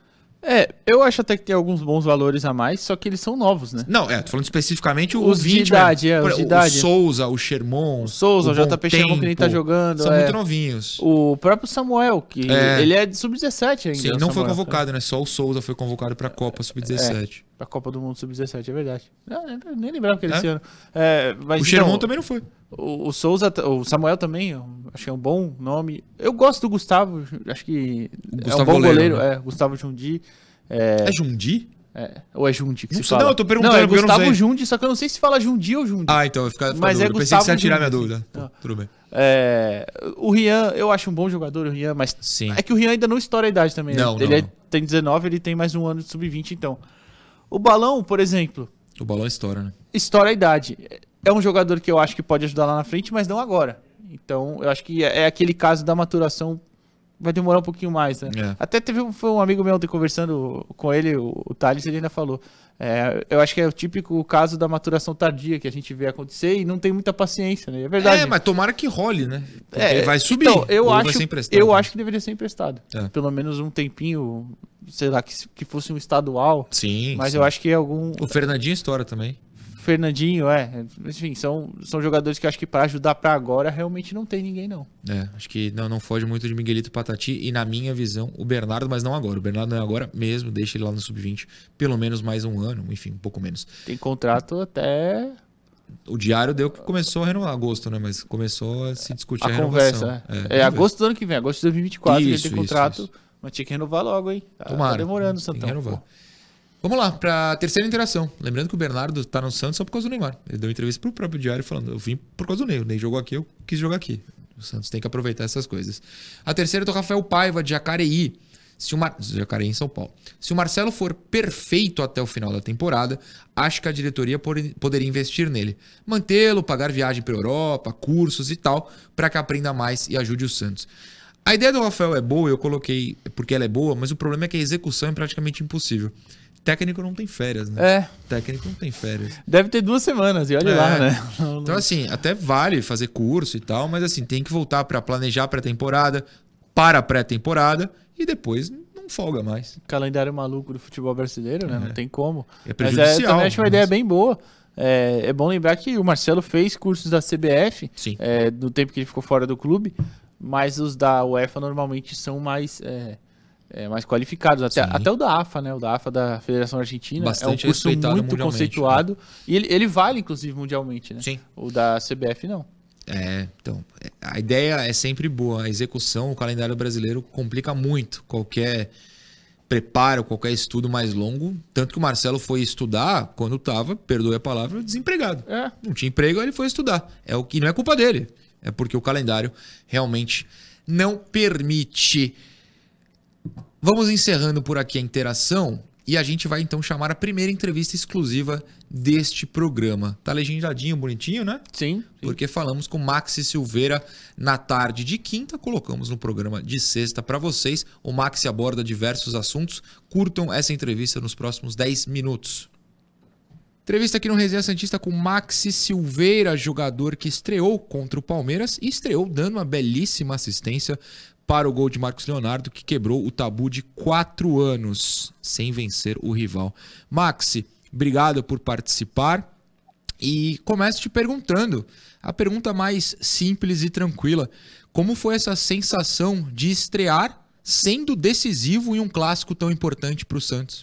Eu acho até que tem alguns bons valores a mais, só que eles são novos, né? Não, tô falando especificamente os 20 de idade, mesmo. os de idade. O Souza, o Sherman, O Souza, o JP Bom Sherman que nem tá Tempo, jogando. São muito novinhos. O próprio Samuel, que ele é de sub-17 ainda. Sim, o não foi Samuel, convocado, né? Só o Souza foi convocado pra Copa Sub-17. Pra Copa do Mundo sub-17, é verdade. Eu nem lembrava que ele esse ano. Mas, o Sherman também não foi. O Souza, o Samuel também, eu achei um bom nome. Eu gosto do Gustavo, acho que é um bom goleiro. Né? Gustavo Jundi. É Jundi? Ou é Jundi que não se sei, fala? Não, eu tô perguntando. Não, é Gustavo Jundi, só que eu não sei se fala Jundi ou Jundi. Então eu ficar mas dúvida. é Pensei que você ia Gustavo tirar minha Jundi. dúvida. Tudo bem. O Rian, eu acho um bom jogador, o Rian, mas Sim. é que o Rian ainda não estoura a idade também. Não, ele não. Tem 19, ele tem mais um ano de sub-20, então. O Balão, por exemplo... O Balão estoura, né? Estoura a idade. É um jogador que eu acho que pode ajudar lá na frente, mas não agora. Então, eu acho que é aquele caso da maturação, vai demorar um pouquinho mais, né? Até foi um amigo meu ontem conversando com ele, o Thales, ele ainda falou. Eu acho que é o típico caso da maturação tardia que a gente vê acontecer e não tem muita paciência, né? É verdade. Mas tomara que role, né? Porque ele vai subir. Então, vai ser emprestado. Eu acho que deveria ser emprestado. Pelo menos um tempinho, sei lá, que fosse um estadual. Sim. Mas eu acho que algum... O Fernandinho estoura também. Fernandinho, enfim, são jogadores que eu acho que para ajudar para agora realmente não tem ninguém, não. Acho que não foge muito de Miguelito e Patati e, na minha visão, o Bernardo, mas não agora. O Bernardo não é agora mesmo, deixa ele lá no Sub-20 pelo menos mais um ano, enfim, um pouco menos. Tem contrato até... O Diário deu que começou a renovar agosto, né? Mas começou a se discutir a renovação. Conversa. É agosto do ano que vem, agosto de 2024, ele tem contrato, isso. Mas tinha que renovar logo, hein? Tomara. Tá demorando, Tem que Santão. renovar. Vamos lá, para a terceira interação. Lembrando que o Bernardo tá no Santos só por causa do Neymar. Ele deu entrevista pro próprio Diário falando, eu vim por causa do Ney. O Ney jogou aqui, eu quis jogar aqui. O Santos tem que aproveitar essas coisas. A terceira é do Rafael Paiva, de Jacareí. Jacareí, em São Paulo. Se o Marcelo for perfeito até o final da temporada, acho que a diretoria poderia investir nele. Mantê-lo, pagar viagem para Europa, cursos e tal, para que aprenda mais e ajude o Santos. A ideia do Rafael é boa, eu coloquei porque ela é boa, mas o problema é que a execução é praticamente impossível. Técnico não tem férias, né? Técnico não tem férias. Deve ter 2 semanas, e olha lá, né? Então, assim, até vale fazer curso e tal, mas assim, tem que voltar para planejar a pré-temporada, para a pré-temporada, e depois não folga mais. Calendário maluco do futebol brasileiro, né? Não tem como. É prejudicial. Mas eu também acho uma ideia bem boa. É bom lembrar que o Marcelo fez cursos da CBF, do tempo que ele ficou fora do clube, mas os da UEFA normalmente são mais qualificados. Até o da AFA, né? O da AFA da Federação Argentina. Bastante é um curso muito conceituado. Né? E ele vale, inclusive, mundialmente, né? Sim. O da CBF, não. Então, a ideia é sempre boa. A execução, o calendário brasileiro complica muito qualquer preparo, qualquer estudo mais longo. Tanto que o Marcelo foi estudar quando estava, perdoe a palavra, desempregado. Não tinha emprego, ele foi estudar. O que não é culpa dele. É porque o calendário realmente não permite. Vamos encerrando por aqui a interação e a gente vai então chamar a primeira entrevista exclusiva deste programa. Tá legendadinho, bonitinho, né? Sim. Porque falamos com Maxi Silveira na tarde de quinta, colocamos no programa de sexta para vocês. O Maxi aborda diversos assuntos. Curtam essa entrevista nos próximos 10 minutos. Entrevista aqui no Resenha Santista com Maxi Silveira, jogador que estreou contra o Palmeiras e estreou dando uma belíssima assistência para o gol de Marcos Leonardo, que quebrou o tabu de 4 anos sem vencer o rival. Maxi, obrigado por participar e começo te perguntando, a pergunta mais simples e tranquila, como foi essa sensação de estrear sendo decisivo em um clássico tão importante para o Santos?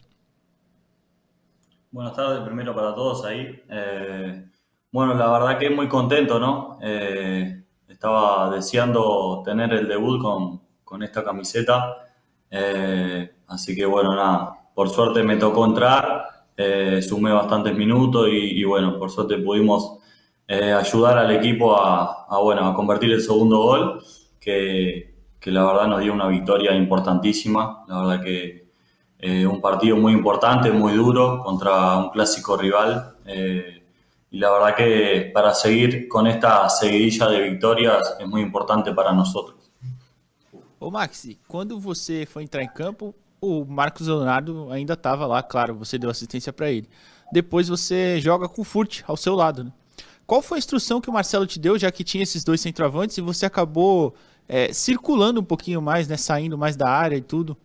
Buenas tardes, primero para todos ahí. Bueno, la verdad que muy contento, ¿no? Estaba deseando tener el debut con esta camiseta. Así que bueno, nada, por suerte me tocó entrar, sumé bastantes minutos y bueno, por suerte pudimos ayudar al equipo bueno, a convertir el segundo gol, que la verdad nos dio una victoria importantísima. La verdad que un partido muy importante, muy duro, contra un clásico rival. Y la verdad que para seguir con esta seguidilla de victorias es muy importante para nosotros. Ô Maxi, quando você foi entrar em campo, o Marcos Leonardo ainda estava lá, claro, você deu assistência para ele. Depois você joga com o Furt ao seu lado, né? Qual foi a instrução que o Marcelo te deu, já que tinha esses dois centroavantes e você acabou circulando um pouquinho mais, né, saindo mais da área e tudo?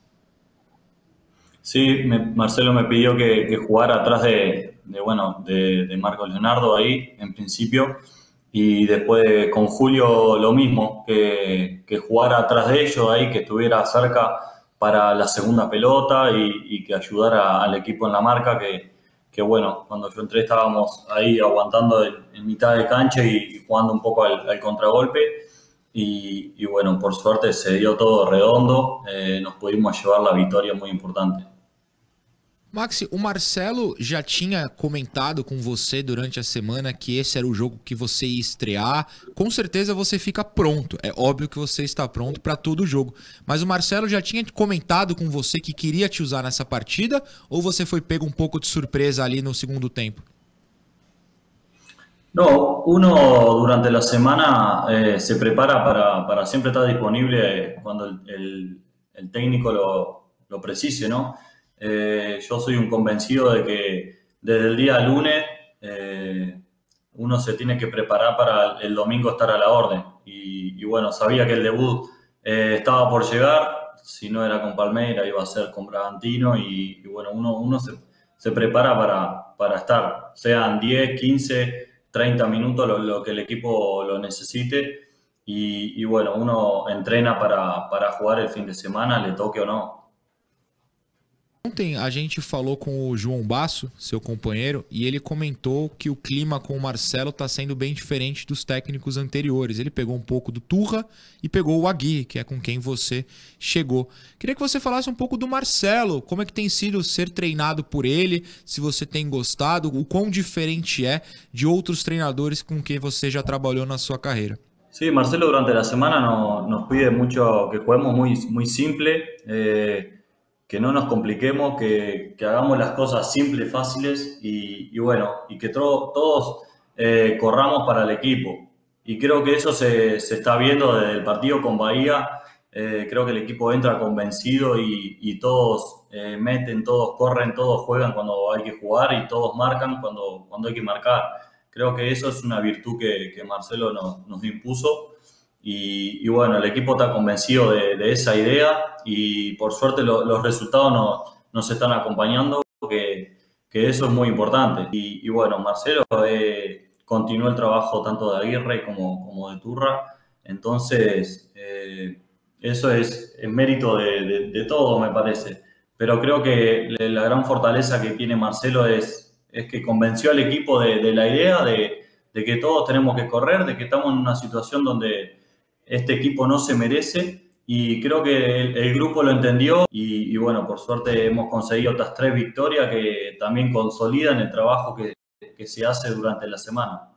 Sí, Marcelo me pidió que jugara atrás de Marcos Leonardo ahí en principio, y después con Julio lo mismo, que jugara atrás de ellos ahí, que estuviera cerca para la segunda pelota y que ayudara al equipo en la marca, que bueno, cuando yo entré estábamos ahí aguantando en mitad de cancha y jugando un poco al contragolpe. Y bueno, por suerte se dio todo redondo, nos pudimos llevar la victoria muy importante. Maxi, o Marcelo já tinha comentado com você durante a semana que esse era o jogo que você ia estrear. Com certeza você fica pronto. É óbvio que você está pronto para todo o jogo. Mas o Marcelo já tinha comentado com você que queria te usar nessa partida? Ou você foi pego um pouco de surpresa ali no segundo tempo? No, uno durante la semana se prepara para siempre estar disponible cuando el técnico lo precise, ¿no? Yo soy un convencido de que desde el día lunes uno se tiene que preparar para el domingo estar a la orden. Y bueno, sabía que el debut estaba por llegar, si no era con Palmeiras iba a ser con Bragantino y bueno, uno se prepara para estar, sean 10, 15, 30 minutos lo que el equipo lo necesite y bueno, uno entrena para jugar el fin de semana, le toque o no. Ontem a gente falou com o João Basso, seu companheiro, e ele comentou que o clima com o Marcelo está sendo bem diferente dos técnicos anteriores. Ele pegou um pouco do Turra e pegou o Aguirre, que é com quem você chegou. Queria que você falasse um pouco do Marcelo, como é que tem sido ser treinado por ele, se você tem gostado, o quão diferente é de outros treinadores com quem você já trabalhou na sua carreira. Sí, Marcelo durante la semana nos pide mucho que juguemos muy simple, que no nos compliquemos, que hagamos las cosas simples, fáciles y bueno, y que todos corramos para el equipo. Y creo que eso se está viendo desde el partido con Bahía. Creo que el equipo entra convencido y todos meten, todos corren, todos juegan cuando hay que jugar y todos marcan cuando hay que marcar. Creo que eso es una virtud que Marcelo nos impuso. Y bueno, el equipo está convencido de esa idea y por suerte los resultados nos están acompañando, que eso es muy importante. Y bueno, Marcelo continuó el trabajo tanto de Aguirre como de Turra, entonces eso es mérito de todo, me parece. Pero creo que la gran fortaleza que tiene Marcelo es que convenció al equipo de la idea de que todos tenemos que correr, de que estamos en una situación donde este equipo no se merece y creo que el grupo lo entendió y bueno, por suerte hemos conseguido otras 3 victorias que también consolidan el trabajo que se hace durante la semana.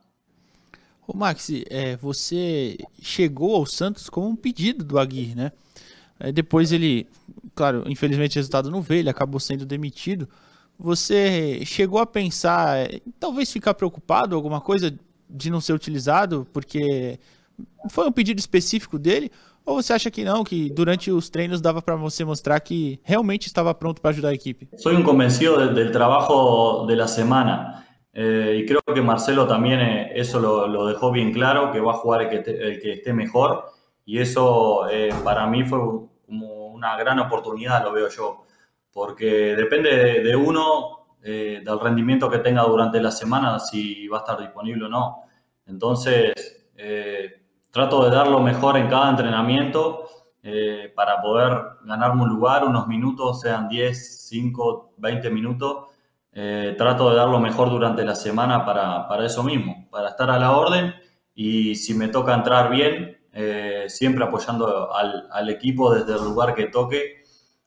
Ô Maxi, você chegou ao Santos com um pedido do Aguirre, né? Depois ele, claro, infelizmente o resultado não veio, ele acabou sendo demitido. Você chegou a pensar, talvez ficar preocupado, alguma coisa de não ser utilizado, porque foi um pedido específico dele? Ou você acha que não, que durante os treinos dava para você mostrar que realmente estava pronto para ajudar a equipe? Soy un convencido del trabajo de la semana y creo que Marcelo también eso lo dejó bien claro, que va a jugar el que esté mejor y eso para mí fue como una gran oportunidad, lo veo yo, porque depende de uno, del rendimiento que tenga durante la semana, si va a estar disponible o no. Entonces, trato de dar lo mejor en cada entrenamiento para poder ganarme un lugar, unos minutos, sean 10, 5, 20 minutos. Trato de dar lo mejor durante la semana para eso mismo, para estar a la orden y si me toca entrar bien, siempre apoyando al equipo desde el lugar que toque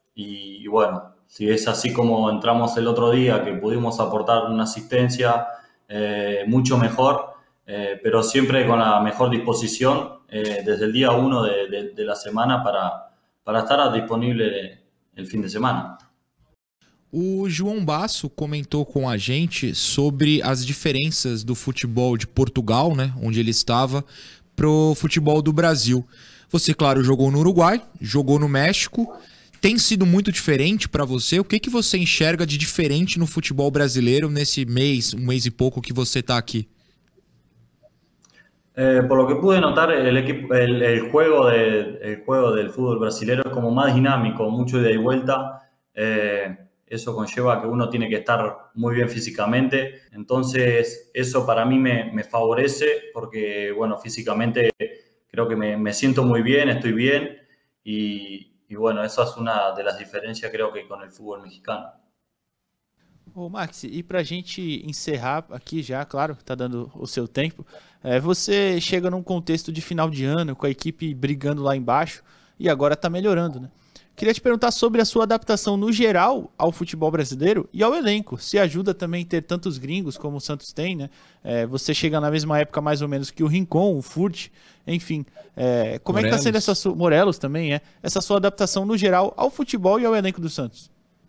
y bueno, si es así como entramos el otro día, que pudimos aportar una asistencia mucho mejor, pero siempre con la mejor disposición desde el día 1 de la semana para estar disponible el fin de semana. O João Basso comentou com a gente sobre as diferenças do futebol de Portugal, né, onde ele estava, pro futebol do Brasil. Você, claro, jogou no Uruguai, jogou no México. Tem sido muito diferente para você? O que você enxerga de diferente no futebol brasileiro nesse mês, um mês e pouco que você está aqui? Por lo que pude notar, el juego del fútbol brasileño es como más dinámico, mucho ida y vuelta. Eso conlleva que uno tiene que estar muy bien físicamente. Entonces, eso para mí me favorece porque, bueno, físicamente creo que me siento muy bien, estoy bien. Y bueno, essa é uma das diferenças, creio que, com o futebol mexicano. Ô Max, e pra gente encerrar aqui já, claro, tá dando o seu tempo, você chega num contexto de final de ano, com a equipe brigando lá embaixo, e agora tá melhorando, né? Queria te perguntar sobre a sua adaptação no geral ao futebol brasileiro e ao elenco. Se ajuda também ter tantos gringos como o Santos tem, né? Você chega na mesma época mais ou menos que o Rincon, o Furt, enfim. Como é que tá sendo essa sua... Morelos também, essa sua adaptação no geral ao futebol e ao elenco do Santos?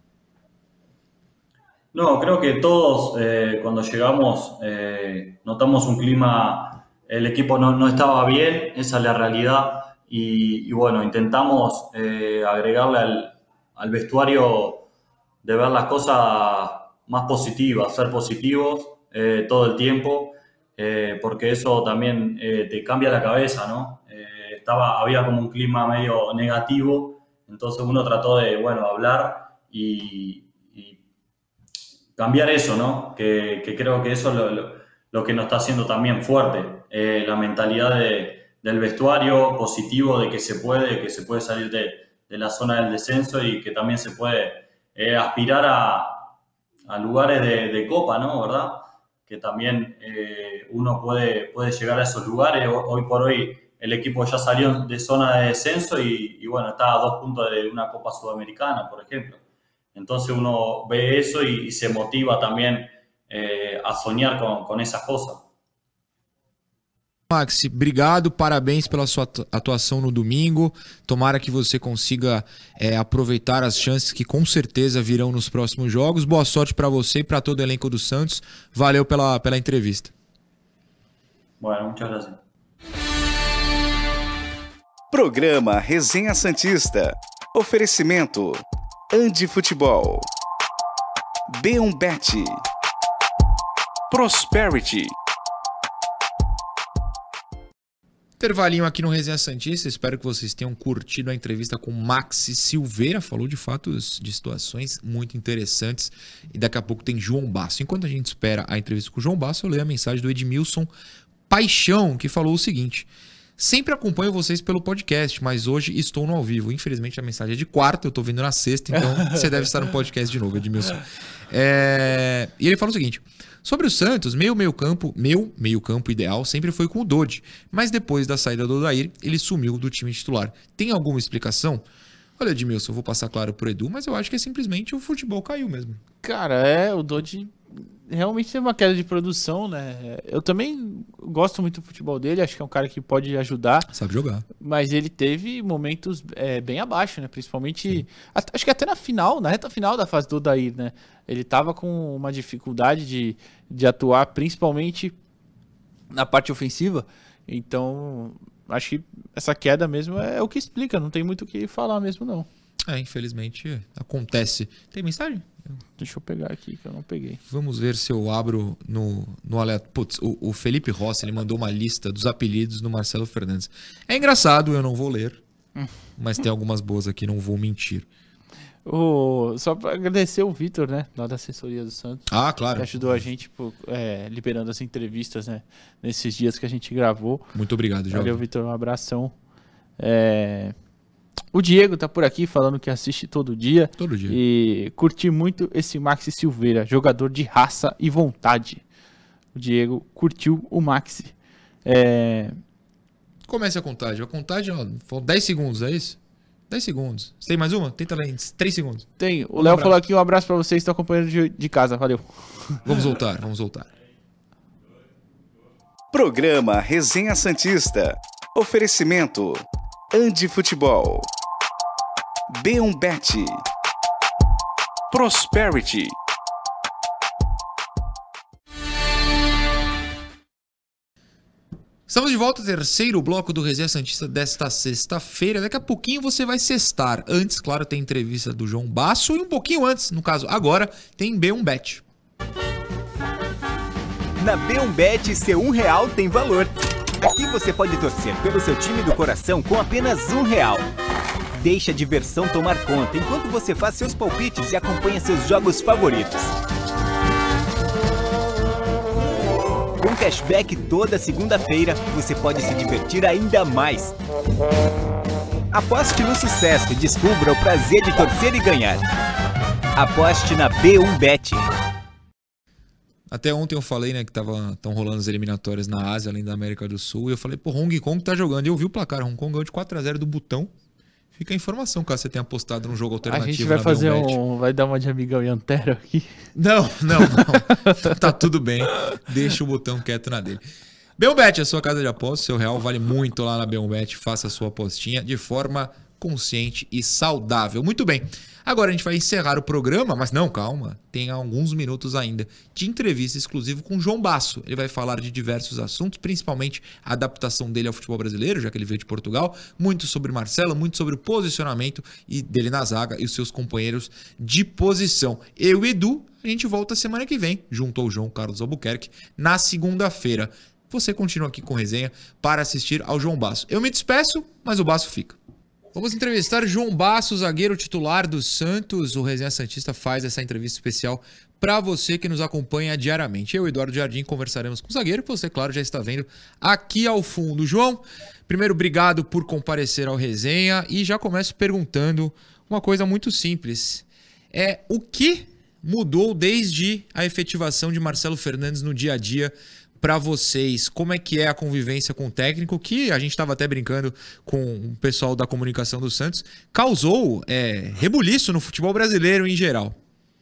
No, creo que todos cuando llegamos notamos un clima, el equipo no estaba bien, esa es la realidad. Y bueno, intentamos agregarle al vestuario de ver las cosas más positivas, ser positivos todo el tiempo, porque eso también te cambia la cabeza, ¿no? Había como un clima medio negativo, entonces uno trató de, bueno, hablar y cambiar eso, ¿no? Que creo que eso es lo que nos está haciendo también fuerte, la mentalidad del vestuario positivo, de que se puede salir de la zona del descenso y que también se puede aspirar a lugares de copa, ¿no? ¿Verdad? Que también uno puede llegar a esos lugares. Hoy por hoy el equipo ya salió de zona de descenso y bueno, está a 2 puntos de una Copa Sudamericana, por ejemplo. Entonces uno ve eso y se motiva también a soñar con esas cosas. Max, obrigado, parabéns pela sua atuação no domingo. Tomara que você consiga aproveitar as chances que com certeza virão nos próximos jogos. Boa sorte para você e para todo o elenco do Santos. Valeu pela entrevista. Bueno, muchas gracias. Programa Resenha Santista. Oferecimento Andi Futebol, B1Bet, Prosperity. Intervalinho aqui no Resenha Santista, espero que vocês tenham curtido a entrevista com Maxi Silveira, falou de fatos, de situações muito interessantes, e daqui a pouco tem João Basso. Enquanto a gente espera a entrevista com o João Basso, eu leio a mensagem do Edmilson Paixão, que falou o seguinte: sempre acompanho vocês pelo podcast, mas hoje estou no ao vivo. Infelizmente a mensagem é de quarta, eu estou vendo na sexta, então você deve estar no podcast de novo, Edmilson. E ele fala o seguinte: sobre o Santos, meu meio-campo ideal sempre foi com o Dodi, mas depois da saída do Odair, ele sumiu do time titular. Tem alguma explicação? Olha, Edmilson, eu vou passar claro pro Edu, mas eu acho que é simplesmente o futebol caiu mesmo. Cara, o Dodi realmente teve uma queda de produção, né? Eu também gosto muito do futebol dele, acho que é um cara que pode ajudar. Sabe jogar. Mas ele teve momentos bem abaixo, né? Principalmente, acho que até na reta final da fase do Odair, né? Ele tava com uma dificuldade de atuar, principalmente na parte ofensiva. Então, acho que essa queda mesmo é o que explica, não tem muito o que falar mesmo, não. Infelizmente acontece. Tem mensagem? Deixa eu pegar aqui, que eu não peguei. Vamos ver se eu abro no aleatório. Putz, o Felipe Rossi, ele mandou uma lista dos apelidos do Marcelo Fernandes. É engraçado, eu não vou ler, mas tem algumas boas aqui, não vou mentir. Só para agradecer o Vitor, né, lá da assessoria do Santos. Ah, claro. Que ajudou a gente liberando as entrevistas, né, nesses dias que a gente gravou. Muito obrigado, Jovem. Valeu, Vitor, um abração. O Diego tá por aqui falando que assiste todo dia. Todo dia. E curti muito esse Maxi Silveira, jogador de raça e vontade. O Diego curtiu o Maxi. Comece a contagem. A contagem, faltam 10 segundos, é isso? 10 segundos. Você tem mais uma? Tenta lá em 3 segundos. Tem. O Léo falou aqui, um abraço pra vocês que estão acompanhando de casa. Valeu. Vamos voltar. Programa Resenha Santista. Oferecimento Andi Futebol, B1Bet, Prosperity. Estamos de volta ao terceiro bloco do Resenha Santista desta sexta-feira. Daqui a pouquinho você vai sextar. Antes, claro, tem entrevista do João Basso e um pouquinho antes, no caso agora, tem B1Bet. Na B1Bet, seu R$1 tem valor. Aqui você pode torcer pelo seu time do coração com apenas R$1. Deixe a diversão tomar conta enquanto você faz seus palpites e acompanha seus jogos favoritos. Com cashback toda segunda-feira, você pode se divertir ainda mais. Aposte no sucesso e descubra o prazer de torcer e ganhar. Aposte na B1Bet. Até ontem eu falei, né, que estão rolando as eliminatórias na Ásia, além da América do Sul, e eu falei, pô, Hong Kong tá jogando. E eu vi o placar, Hong Kong ganhou de 4-0 do Butão. Fica a informação, caso você tenha apostado num jogo alternativo. A gente vai fazer vai dar uma de amigão e Antero aqui. Não. Tá tudo bem. Deixa o Butão quieto na dele. B1Bet, a sua casa de apostas, seu real vale muito lá na B1Bet. Faça a sua apostinha de forma consciente e saudável. Muito bem. Agora a gente vai encerrar o programa, mas não, calma, tem alguns minutos ainda de entrevista exclusiva com o João Basso. Ele vai falar de diversos assuntos, principalmente a adaptação dele ao futebol brasileiro, já que ele veio de Portugal, muito sobre Marcelo, muito sobre o posicionamento dele na zaga e os seus companheiros de posição. Eu e Edu, a gente volta semana que vem, junto ao João Carlos Albuquerque, na segunda-feira. Você continua aqui com resenha para assistir ao João Basso. Eu me despeço, mas o Basso fica. Vamos entrevistar João Basso, zagueiro titular do Santos. O Resenha Santista faz essa entrevista especial para você que nos acompanha diariamente. Eu, Eduardo Jardim, conversaremos com o zagueiro, que você, claro, já está vendo aqui ao fundo. João, primeiro, obrigado por comparecer ao Resenha e já começo perguntando uma coisa muito simples. O que mudou desde a efetivação de Marcelo Fernandes no dia a dia para vocês? Como é que é a convivência com o técnico, que a gente estava até brincando com o pessoal da comunicação do Santos, causou rebuliço no futebol brasileiro em geral?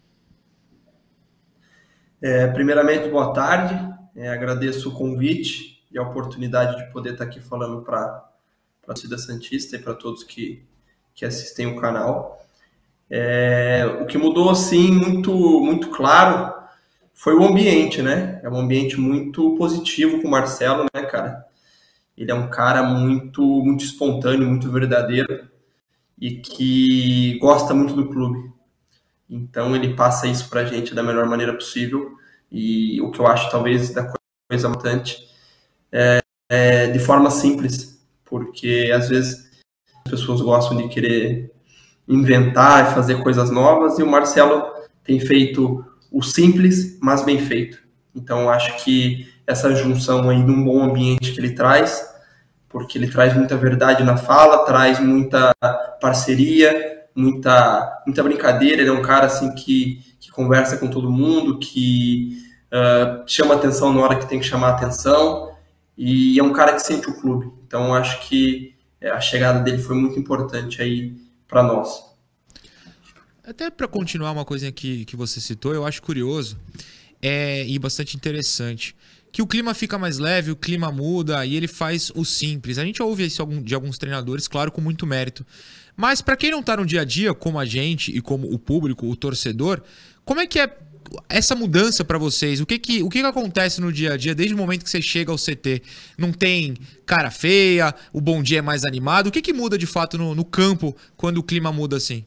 Primeiramente, boa tarde. Agradeço o convite e a oportunidade de poder estar aqui falando para a torcida santista e para todos que assistem o canal. O que mudou, assim, muito, muito claro, foi o ambiente, né? É um ambiente muito positivo com o Marcelo, né, cara? Ele é um cara muito, muito espontâneo, muito verdadeiro e que gosta muito do clube. Então, ele passa isso pra gente da melhor maneira possível e o que eu acho, talvez, da coisa importante de forma simples, porque, às vezes, as pessoas gostam de querer inventar e fazer coisas novas e o Marcelo tem feito o simples, mas bem feito. Então, acho que essa junção aí de um bom ambiente que ele traz, porque ele traz muita verdade na fala, traz muita parceria, muita brincadeira. Ele é um cara assim que conversa com todo mundo, que chama atenção na hora que tem que chamar atenção, e é um cara que sente o clube. Então, acho que a chegada dele foi muito importante aí para nós. Até para continuar uma coisinha que você citou, eu acho curioso e bastante interessante, que o clima fica mais leve, o clima muda e ele faz o simples. A gente ouve isso de alguns treinadores, claro, com muito mérito. Mas para quem não está no dia a dia, como a gente e como o público, o torcedor, como é que é essa mudança para vocês? O que acontece no dia a dia desde o momento que você chega ao CT? Não tem cara feia, o bom dia é mais animado? O que muda de fato no campo quando o clima muda assim?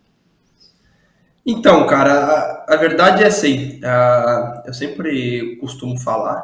Então, cara, a verdade é assim, eu sempre costumo falar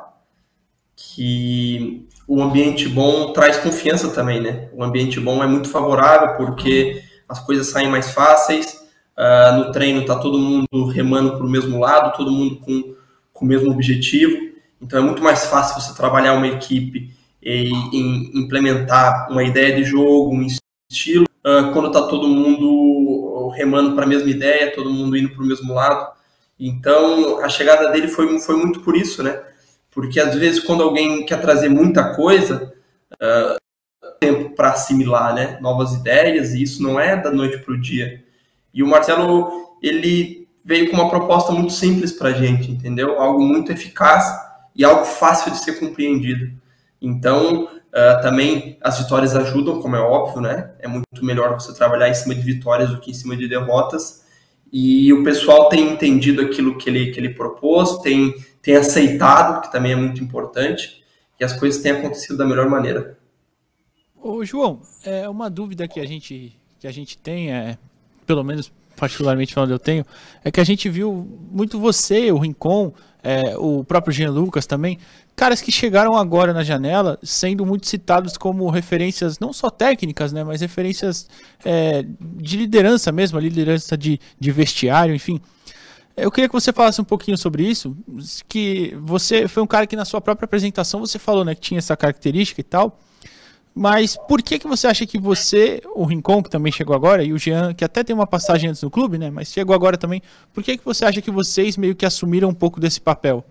que o ambiente bom traz confiança também, né? O ambiente bom é muito favorável porque as coisas saem mais fáceis, no treino tá todo mundo remando para o mesmo lado, todo mundo com o mesmo objetivo, então é muito mais fácil você trabalhar uma equipe e implementar uma ideia de jogo, um estilo, quando tá todo mundo remando para a mesma ideia, todo mundo indo para o mesmo lado. Então, a chegada dele foi muito por isso, né? Porque, às vezes, quando alguém quer trazer muita coisa, tempo para assimilar, né? Novas ideias, e isso não é da noite para o dia. E o Marcelo, ele veio com uma proposta muito simples para a gente, entendeu? Algo muito eficaz e algo fácil de ser compreendido. Então, também as vitórias ajudam, como é óbvio, né? É muito melhor você trabalhar em cima de vitórias do que em cima de derrotas. E o pessoal tem entendido aquilo que ele propôs, tem aceitado, que também é muito importante, e as coisas têm acontecido da melhor maneira. Ô, João, uma dúvida que a gente tem, pelo menos particularmente falando eu tenho, é que a gente viu muito você, o Rincon, o próprio Jean Lucas também, caras que chegaram agora na janela sendo muito citados como referências não só técnicas, né, mas referências de liderança mesmo, liderança de vestiário, enfim. Eu queria que você falasse um pouquinho sobre isso, que você foi um cara que na sua própria apresentação você falou, né, que tinha essa característica e tal, mas por que você acha que você, o Rincon, que também chegou agora, e o Jean, que até tem uma passagem antes no clube, né, mas chegou agora também, por que você acha que vocês meio que assumiram um pouco desse papel?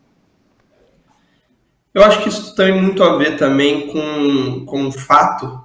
Eu acho que isso tem muito a ver também com o fato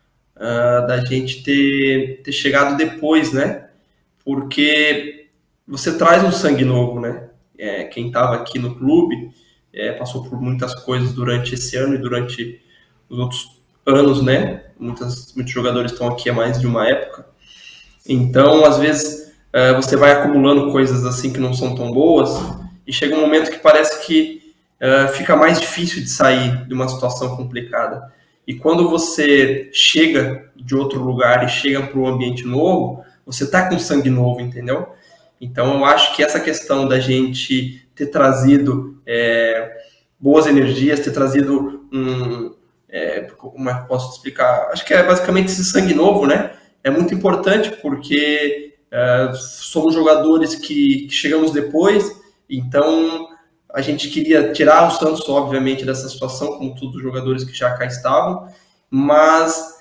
da gente ter chegado depois, né? Porque você traz um sangue novo, né? Quem estava aqui no clube passou por muitas coisas durante esse ano e durante os outros anos, né? Muitos jogadores estão aqui há mais de uma época. Então, às vezes, você vai acumulando coisas assim que não são tão boas e chega um momento que parece que fica mais difícil de sair de uma situação complicada. E quando você chega de outro lugar e chega para um ambiente novo, você está com sangue novo, entendeu? Então, eu acho que essa questão da gente ter trazido boas energias, ter trazido como é que eu posso explicar? Acho que é basicamente esse sangue novo, né? É muito importante porque somos jogadores que chegamos depois, então a gente queria tirar o Santos, obviamente, dessa situação, como todos os jogadores que já cá estavam, mas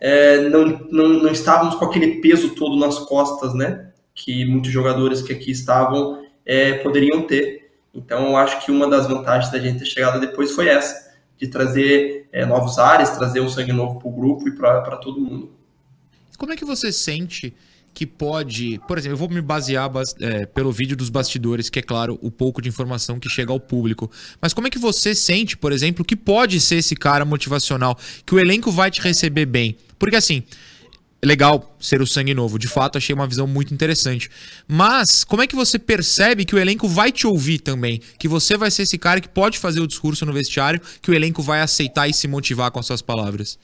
não estávamos com aquele peso todo nas costas, né? Que muitos jogadores que aqui estavam poderiam ter. Então, eu acho que uma das vantagens da gente ter chegado depois foi essa, de trazer novos ares, trazer um sangue novo para o grupo e para todo mundo. Como é que você sente que pode... Por exemplo, eu vou me basear pelo vídeo dos bastidores, que é claro, o pouco de informação que chega ao público. Mas como é que você sente, por exemplo, que pode ser esse cara motivacional, que o elenco vai te receber bem? Porque assim... legal ser o sangue novo, de fato achei uma visão muito interessante, mas como é que você percebe que o elenco vai te ouvir também, que você vai ser esse cara que pode fazer o discurso no vestiário, que o elenco vai aceitar e se motivar com as suas palavras?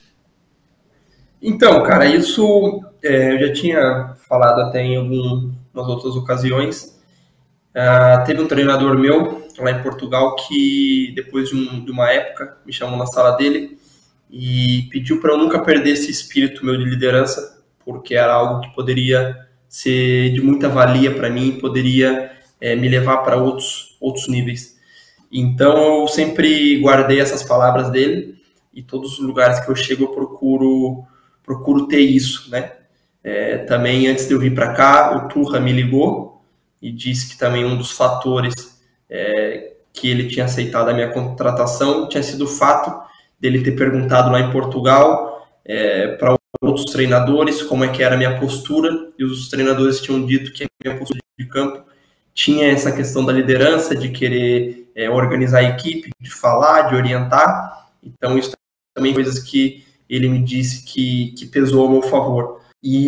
Então, cara, isso eu já tinha falado até em algumas outras ocasiões. Teve um treinador meu lá em Portugal que depois de uma época me chamou na sala dele e pediu para eu nunca perder esse espírito meu de liderança, porque era algo que poderia ser de muita valia para mim, poderia me levar para outros níveis. Então eu sempre guardei essas palavras dele e todos os lugares que eu chego eu procuro ter isso, né? Também antes de eu vir para cá, o Turra me ligou e disse que também um dos fatores que ele tinha aceitado a minha contratação tinha sido o fato dele ter perguntado lá em Portugal para outros treinadores como é que era a minha postura, e os treinadores tinham dito que a minha postura de campo tinha essa questão da liderança, de querer organizar a equipe, de falar, de orientar. Então isso também coisas que ele me disse que pesou ao meu favor.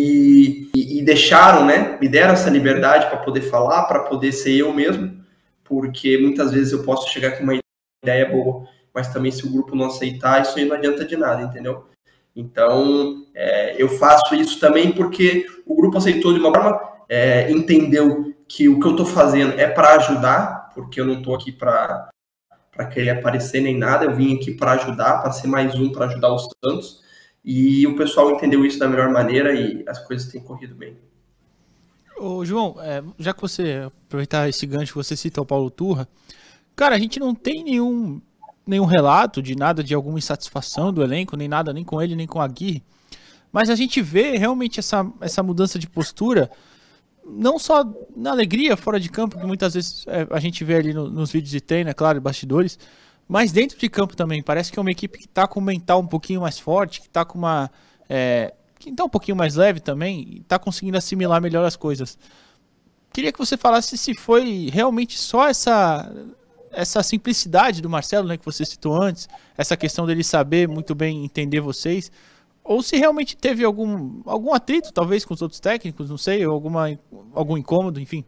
E deixaram, né, me deram essa liberdade para poder falar, para poder ser eu mesmo, porque muitas vezes eu posso chegar com uma ideia boa, mas também se o grupo não aceitar, isso aí não adianta de nada, entendeu? Então, eu faço isso também porque o grupo aceitou de uma forma, entendeu que o que eu estou fazendo é para ajudar, porque eu não estou aqui para querer aparecer nem nada, eu vim aqui para ajudar, para ser mais um, para ajudar os Santos, e o pessoal entendeu isso da melhor maneira e as coisas têm corrido bem. Ô, João, já que você aproveitar esse gancho, você cita o Paulo Turra, cara, a gente não tem nenhum relato de nada, de alguma insatisfação do elenco, nem nada, nem com ele, nem com a Aguirre, mas a gente vê realmente essa mudança de postura, não só na alegria fora de campo, que muitas vezes a gente vê ali nos vídeos de treino, é claro, bastidores, mas dentro de campo também. Parece que é uma equipe que está com o mental um pouquinho mais forte, que está com que está um pouquinho mais leve também, e está conseguindo assimilar melhor as coisas. Queria que você falasse se foi realmente só essa essa simplicidade do Marcelo, né, que você citou antes, essa questão dele saber muito bem entender vocês, ou se realmente teve algum atrito, talvez, com os outros técnicos, não sei, ou algum incômodo, enfim.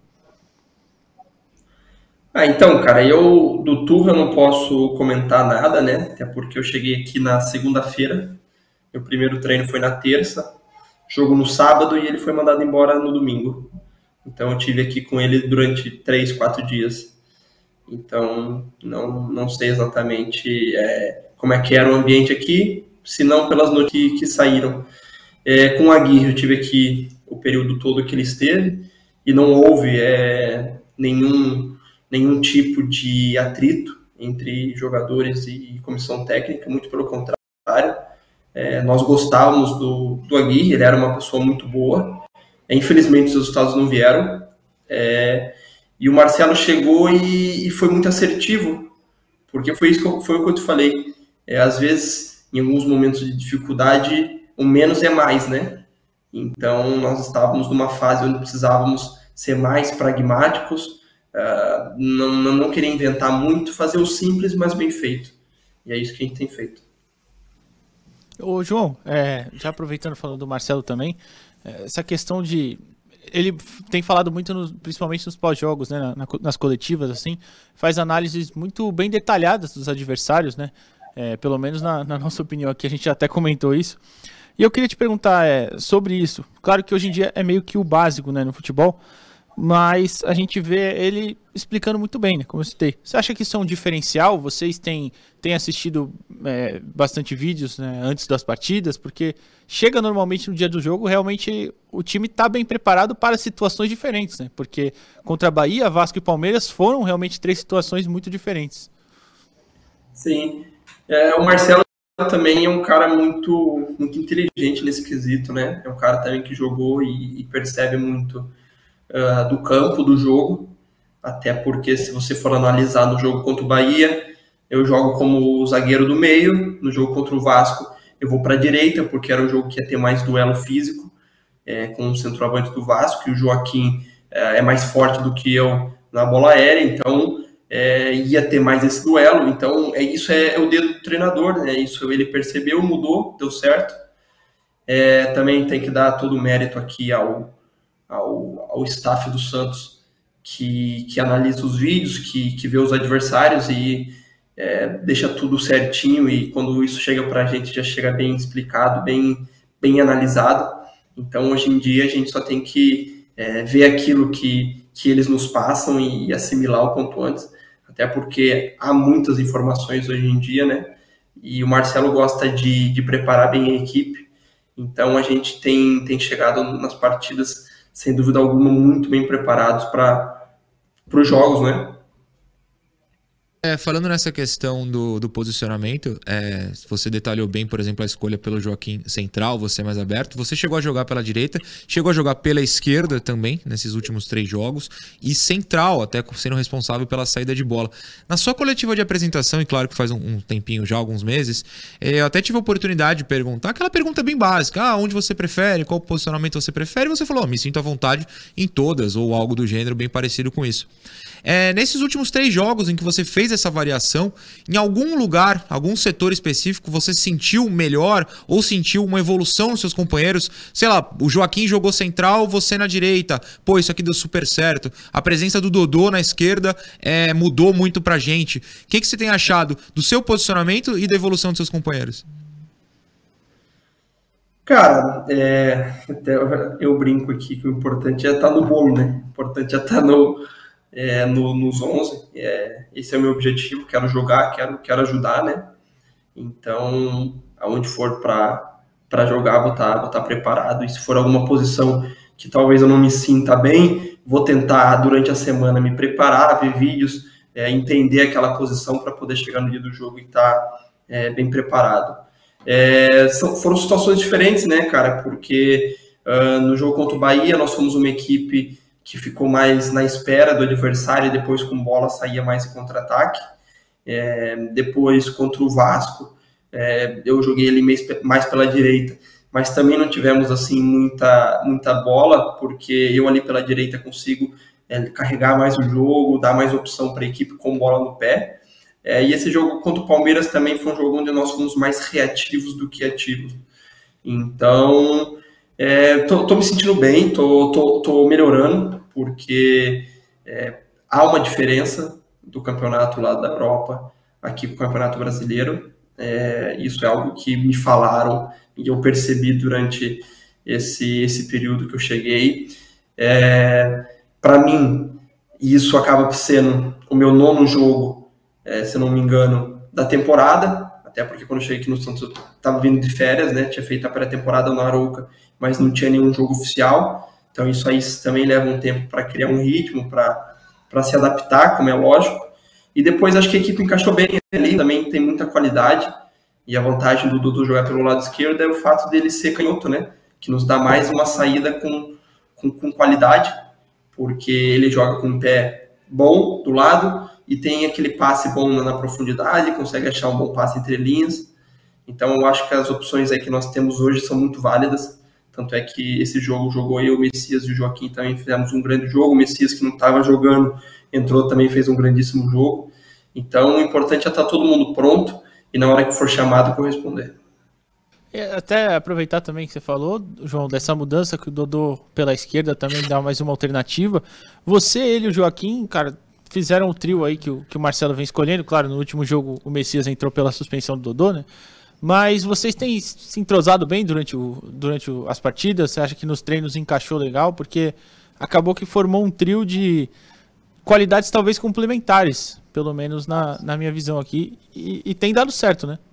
Então, cara, do Turra eu não posso comentar nada, né? Até porque eu cheguei aqui na segunda-feira, meu primeiro treino foi na terça, jogo no sábado e ele foi mandado embora no domingo. Então eu tive aqui com ele durante 3, 4 dias. Então não sei exatamente como é que era o ambiente aqui, se não pelas notícias que saíram. Com o Aguirre eu tive aqui o período todo que ele esteve e não houve nenhum tipo de atrito entre jogadores e comissão técnica, muito pelo contrário. Nós gostávamos do Aguirre, ele era uma pessoa muito boa. Infelizmente os resultados não vieram. E o Marcelo chegou e foi muito assertivo, porque foi o que eu te falei. Às vezes, em alguns momentos de dificuldade, o menos é mais, né? Então, nós estávamos numa fase onde precisávamos ser mais pragmáticos, não querer inventar muito, fazer o simples, mas bem feito. E é isso que a gente tem feito. Ô, João, já aproveitando falando do Marcelo também, essa questão de... Ele tem falado muito, principalmente nos pós-jogos, né, nas coletivas, assim, faz análises muito bem detalhadas dos adversários, né? Pelo menos na nossa opinião aqui, a gente até comentou isso. E eu queria te perguntar sobre isso. Claro que hoje em dia é meio que o básico, né, no futebol, mas a gente vê ele explicando muito bem, né, como eu citei. Você acha que isso é um diferencial? Vocês têm assistido bastante vídeos, né, antes das partidas? Porque chega normalmente no dia do jogo, realmente o time está bem preparado para situações diferentes, né? Porque contra a Bahia, Vasco e Palmeiras foram realmente 3 situações muito diferentes. Sim. O Marcelo também é um cara muito, muito inteligente nesse quesito, né? É um cara também que jogou e percebe muito do campo, do jogo, até porque se você for analisar no jogo contra o Bahia, eu jogo como zagueiro do meio, no jogo contra o Vasco eu vou para a direita, porque era um jogo que ia ter mais duelo físico com o centroavante do Vasco, e o Joaquim é mais forte do que eu na bola aérea, então ia ter mais esse duelo. Então isso é o dedo do treinador, né? Isso ele percebeu, mudou, deu certo. Também tem que dar todo o mérito aqui ao staff do Santos, que analisa os vídeos, que vê os adversários e deixa tudo certinho, e quando isso chega para a gente já chega bem explicado, bem analisado. Então hoje em dia a gente só tem que ver aquilo que eles nos passam e assimilar o quanto antes, até porque há muitas informações hoje em dia, né? E o Marcelo gosta de preparar bem a equipe, então a gente tem chegado nas partidas, sem dúvida alguma, muito bem preparados para os jogos, né? Falando nessa questão do posicionamento, você detalhou bem, por exemplo, a escolha pelo Joaquim central, você mais aberto. Você chegou a jogar pela direita, chegou a jogar pela esquerda também, nesses últimos 3 jogos, e central, até sendo responsável pela saída de bola. Na sua coletiva de apresentação, e claro que faz um tempinho já, alguns meses, eu até tive a oportunidade de perguntar, aquela pergunta bem básica, onde você prefere, qual posicionamento você prefere, e você falou, me sinto à vontade em todas, ou algo do gênero bem parecido com isso. Nesses últimos 3 jogos em que você fez essa variação, em algum lugar, algum setor específico, você sentiu melhor ou sentiu uma evolução nos seus companheiros? Sei lá, o Joaquim jogou central, você na direita. Pô, isso aqui deu super certo. A presença do Dodô na esquerda mudou muito pra gente. O que você tem achado do seu posicionamento e da evolução dos seus companheiros? Cara, até eu brinco aqui que o importante é estar no bolo, né? O importante é estar nos 11, esse é o meu objetivo, quero jogar, quero ajudar, né? Então, aonde for para jogar, vou estar preparado, e se for alguma posição que talvez eu não me sinta bem, vou tentar durante a semana me preparar, ver vídeos, entender aquela posição para poder chegar no dia do jogo e estar bem preparado. Foram situações diferentes, né, cara? Porque no jogo contra o Bahia nós fomos uma equipe que ficou mais na espera do adversário e depois com bola saía mais em contra-ataque. Depois contra o Vasco, eu joguei ali mais pela direita, mas também não tivemos assim muita bola, porque eu ali pela direita consigo carregar mais o jogo, dar mais opção para a equipe com bola no pé. E esse jogo contra o Palmeiras também foi um jogo onde nós fomos mais reativos do que ativos. Então, tô me sentindo bem, tô melhorando, porque há uma diferença do campeonato lá da Europa aqui com o Campeonato Brasileiro. Isso é algo que me falaram e eu percebi durante esse período que eu cheguei. Para mim, isso acaba sendo o meu 9º jogo, se eu não me engano, da temporada, até porque quando eu cheguei aqui no Santos eu estava vindo de férias, né? Tinha feito a pré-temporada no Arouca, mas não tinha nenhum jogo oficial, então isso aí também leva um tempo para criar um ritmo, para se adaptar, como é lógico, e depois acho que a equipe encaixou bem ali, também tem muita qualidade, e a vantagem do Dudu jogar pelo lado esquerdo é o fato dele ser canhoto, né? Que nos dá mais uma saída com qualidade, porque ele joga com o pé bom do lado e tem aquele passe bom na profundidade, consegue achar um bom passe entre linhas. Então eu acho que as opções aí que nós temos hoje são muito válidas. Tanto é que esse jogo jogou eu, o Messias e o Joaquim também fizemos um grande jogo. O Messias, que não estava jogando, entrou também, fez um grandíssimo jogo. Então o importante é estar todo mundo pronto e na hora que for chamado corresponder. Até aproveitar também que você falou, João, dessa mudança que o Dodô pela esquerda também dá mais uma alternativa. Você, ele e o Joaquim, cara, fizeram o trio aí que o Marcelo vem escolhendo. Claro, no último jogo o Messias entrou pela suspensão do Dodô, né? Mas vocês têm se entrosado bem durante as partidas? Você acha que nos treinos encaixou legal? Porque acabou que formou um trio de qualidades talvez complementares, pelo menos na minha visão aqui, e tem dado certo, né?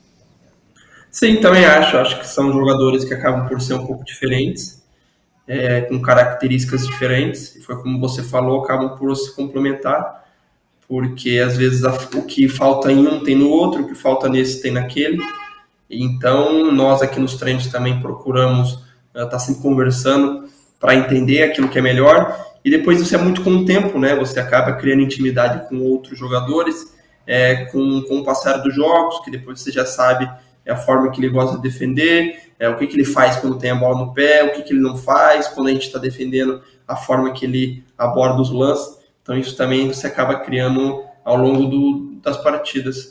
Sim, também acho que são jogadores que acabam por ser um pouco diferentes, com características diferentes, e foi como você falou, acabam por se complementar, porque às vezes o que falta em um tem no outro, o que falta nesse tem naquele. Então nós aqui nos treinos também procuramos estar sempre conversando para entender aquilo que é melhor, e depois isso é muito com o tempo, né? Você acaba criando intimidade com outros jogadores, com o passar dos jogos, que depois você já sabe a forma que ele gosta de defender, o que ele faz quando tem a bola no pé, o que ele não faz quando a gente está defendendo, a forma que ele aborda os lances. Então isso também você acaba criando ao longo das partidas.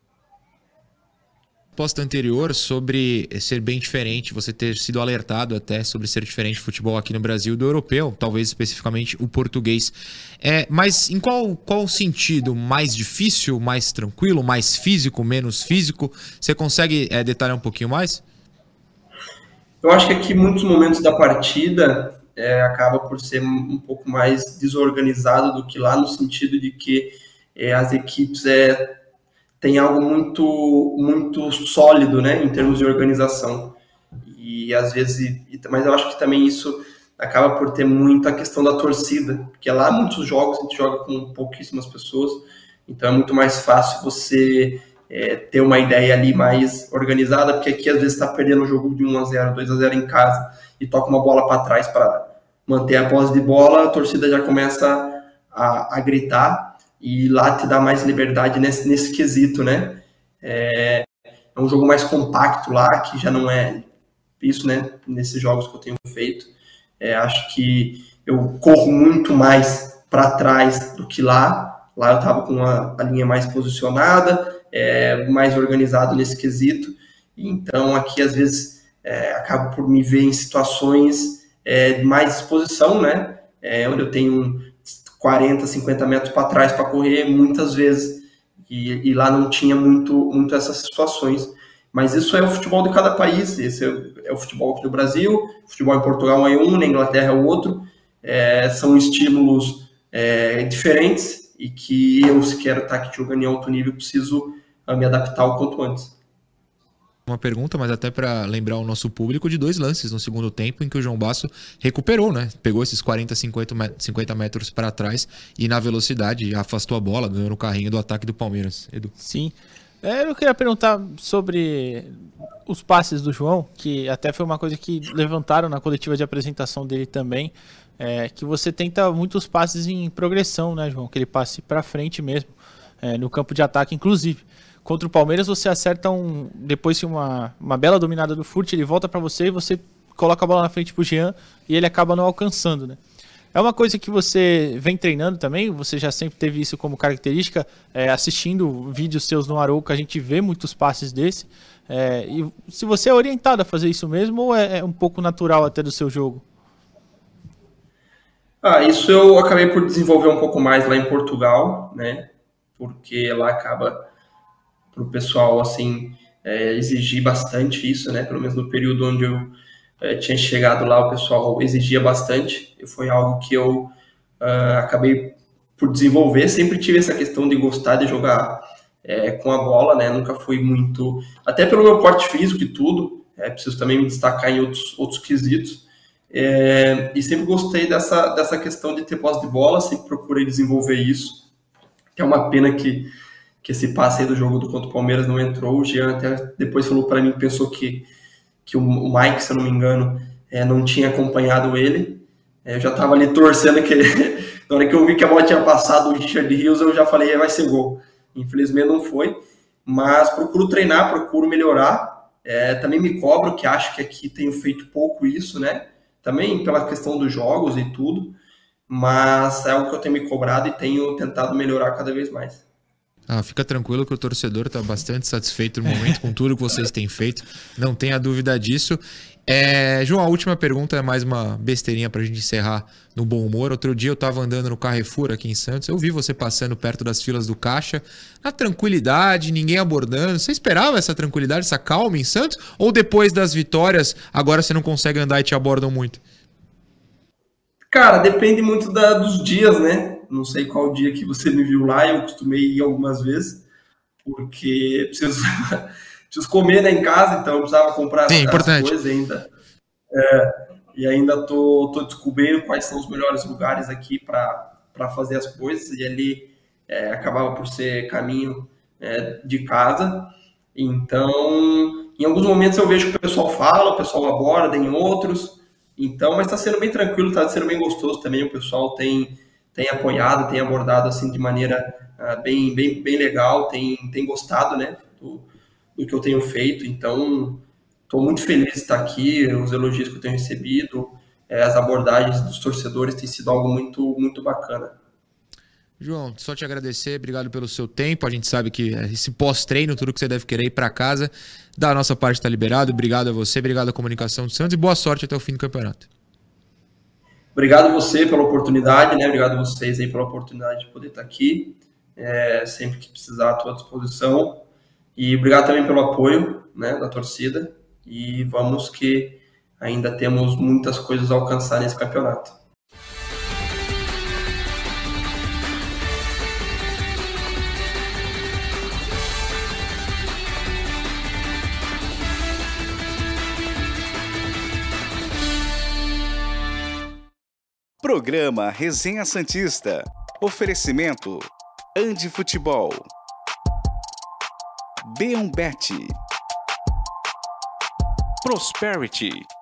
Posta anterior sobre ser bem diferente, você ter sido alertado até sobre ser diferente o futebol aqui no Brasil do europeu, talvez especificamente o português. Mas em qual sentido? Mais difícil, mais tranquilo, mais físico, menos físico? Você consegue detalhar um pouquinho mais? Eu acho que aqui muitos momentos da partida acaba por ser um pouco mais desorganizado do que lá, no sentido de que as equipes tem algo muito, muito sólido, né, em termos de organização. E às vezes, mas eu acho que também isso acaba por ter muito a questão da torcida, porque lá muitos jogos a gente joga com pouquíssimas pessoas, então é muito mais fácil você ter uma ideia ali mais organizada, porque aqui às vezes está perdendo o jogo de 1-0, 2-0 em casa e toca uma bola para trás para manter a posse de bola, a torcida já começa a gritar. E lá te dá mais liberdade nesse quesito, né? É um jogo mais compacto lá, que já não é isso, né? Nesses jogos que eu tenho feito. Acho que eu corro muito mais para trás do que lá. Lá eu estava com a linha mais posicionada, mais organizado nesse quesito. Então aqui, às vezes, acabo por me ver em situações de mais exposição, né? Onde eu tenho 40, 50 metros para trás para correr, muitas vezes, e lá não tinha muito essas situações. Mas isso é o futebol de cada país, esse é o futebol aqui no Brasil, o futebol em Portugal é um, na Inglaterra é o outro, são estímulos diferentes, e que eu, se quero estar aqui jogando em alto nível, preciso me adaptar o quanto antes. Uma pergunta, mas até para lembrar o nosso público, de 2 lances no segundo tempo em que o João Basso recuperou, né? Pegou esses 40, 50 metros para trás e na velocidade afastou a bola, ganhou no carrinho do ataque do Palmeiras. Edu. Sim. Eu queria perguntar sobre os passes do João, que até foi uma coisa que levantaram na coletiva de apresentação dele também, que você tenta muitos passes em progressão, né, João? Aquele passe para frente mesmo, no campo de ataque, inclusive. Contra o Palmeiras você acerta depois de uma bela dominada do Furt, ele volta para você e você coloca a bola na frente pro Jean e ele acaba não alcançando, né? É uma coisa que você vem treinando também? Você já sempre teve isso como característica? Assistindo vídeos seus no Arouca, a gente vê muitos passes desse. E se você é orientado a fazer isso mesmo ou é um pouco natural até do seu jogo? Isso eu acabei por desenvolver um pouco mais lá em Portugal, né? Porque lá acaba para o pessoal assim exigir bastante isso, né? Pelo menos no período onde eu tinha chegado lá, o pessoal exigia bastante. E foi algo que eu acabei por desenvolver. Sempre tive essa questão de gostar de jogar com a bola, né? Nunca fui muito... Até pelo meu porte físico e tudo, preciso também me destacar em outros quesitos. E sempre gostei dessa questão de ter posse de bola, sempre procurei desenvolver isso. É uma pena que esse passe aí do jogo contra o Palmeiras não entrou. O Jean até depois falou para mim que pensou que o Mike, se eu não me engano, não tinha acompanhado ele. Eu já estava ali torcendo que na hora que eu vi que a bola tinha passado o Richard Rios, eu já falei, vai ser gol. Infelizmente não foi, mas procuro treinar, procuro melhorar. Também me cobro, que acho que aqui tenho feito pouco isso, né? Também pela questão dos jogos e tudo, mas é algo que eu tenho me cobrado e tenho tentado melhorar cada vez mais. Fica tranquilo que o torcedor está bastante satisfeito no momento com tudo que vocês têm feito, não tenha dúvida disso. João, a última pergunta é mais uma besteirinha para a gente encerrar no bom humor. Outro dia eu estava andando no Carrefour aqui em Santos, eu vi você passando perto das filas do caixa, na tranquilidade, ninguém abordando. Você esperava essa tranquilidade, essa calma em Santos? Ou depois das vitórias, agora você não consegue andar e te abordam muito? Cara, depende muito dos dias, né? Não sei qual dia que você me viu lá, eu costumei ir algumas vezes, porque preciso comer, né, em casa, então eu precisava comprar as coisas ainda. E ainda tô descobrindo quais são os melhores lugares aqui para fazer as coisas, e ali acabava por ser caminho de casa. Então, em alguns momentos eu vejo que o pessoal fala, o pessoal aborda, em outros. Então, mas está sendo bem tranquilo, está sendo bem gostoso também. O pessoal tem apoiado, tem abordado assim de maneira bem legal, tem gostado, né, do que eu tenho feito. Então, estou muito feliz de estar aqui, os elogios que eu tenho recebido, as abordagens dos torcedores têm sido algo muito, muito bacana. João, só te agradecer, obrigado pelo seu tempo. A gente sabe que esse pós-treino, tudo que você deve querer ir para casa, da nossa parte está liberado. Obrigado a você, obrigado à Comunicação do Santos e boa sorte até o fim do campeonato. Obrigado a você pela oportunidade, né? Obrigado a vocês aí pela oportunidade de poder estar aqui. Sempre que precisar, estou à disposição. E obrigado também pelo apoio, né, da torcida. E vamos que ainda temos muitas coisas a alcançar nesse campeonato. Programa Resenha Santista. Oferecimento Andi Futebol. B1Bet. Prosperity.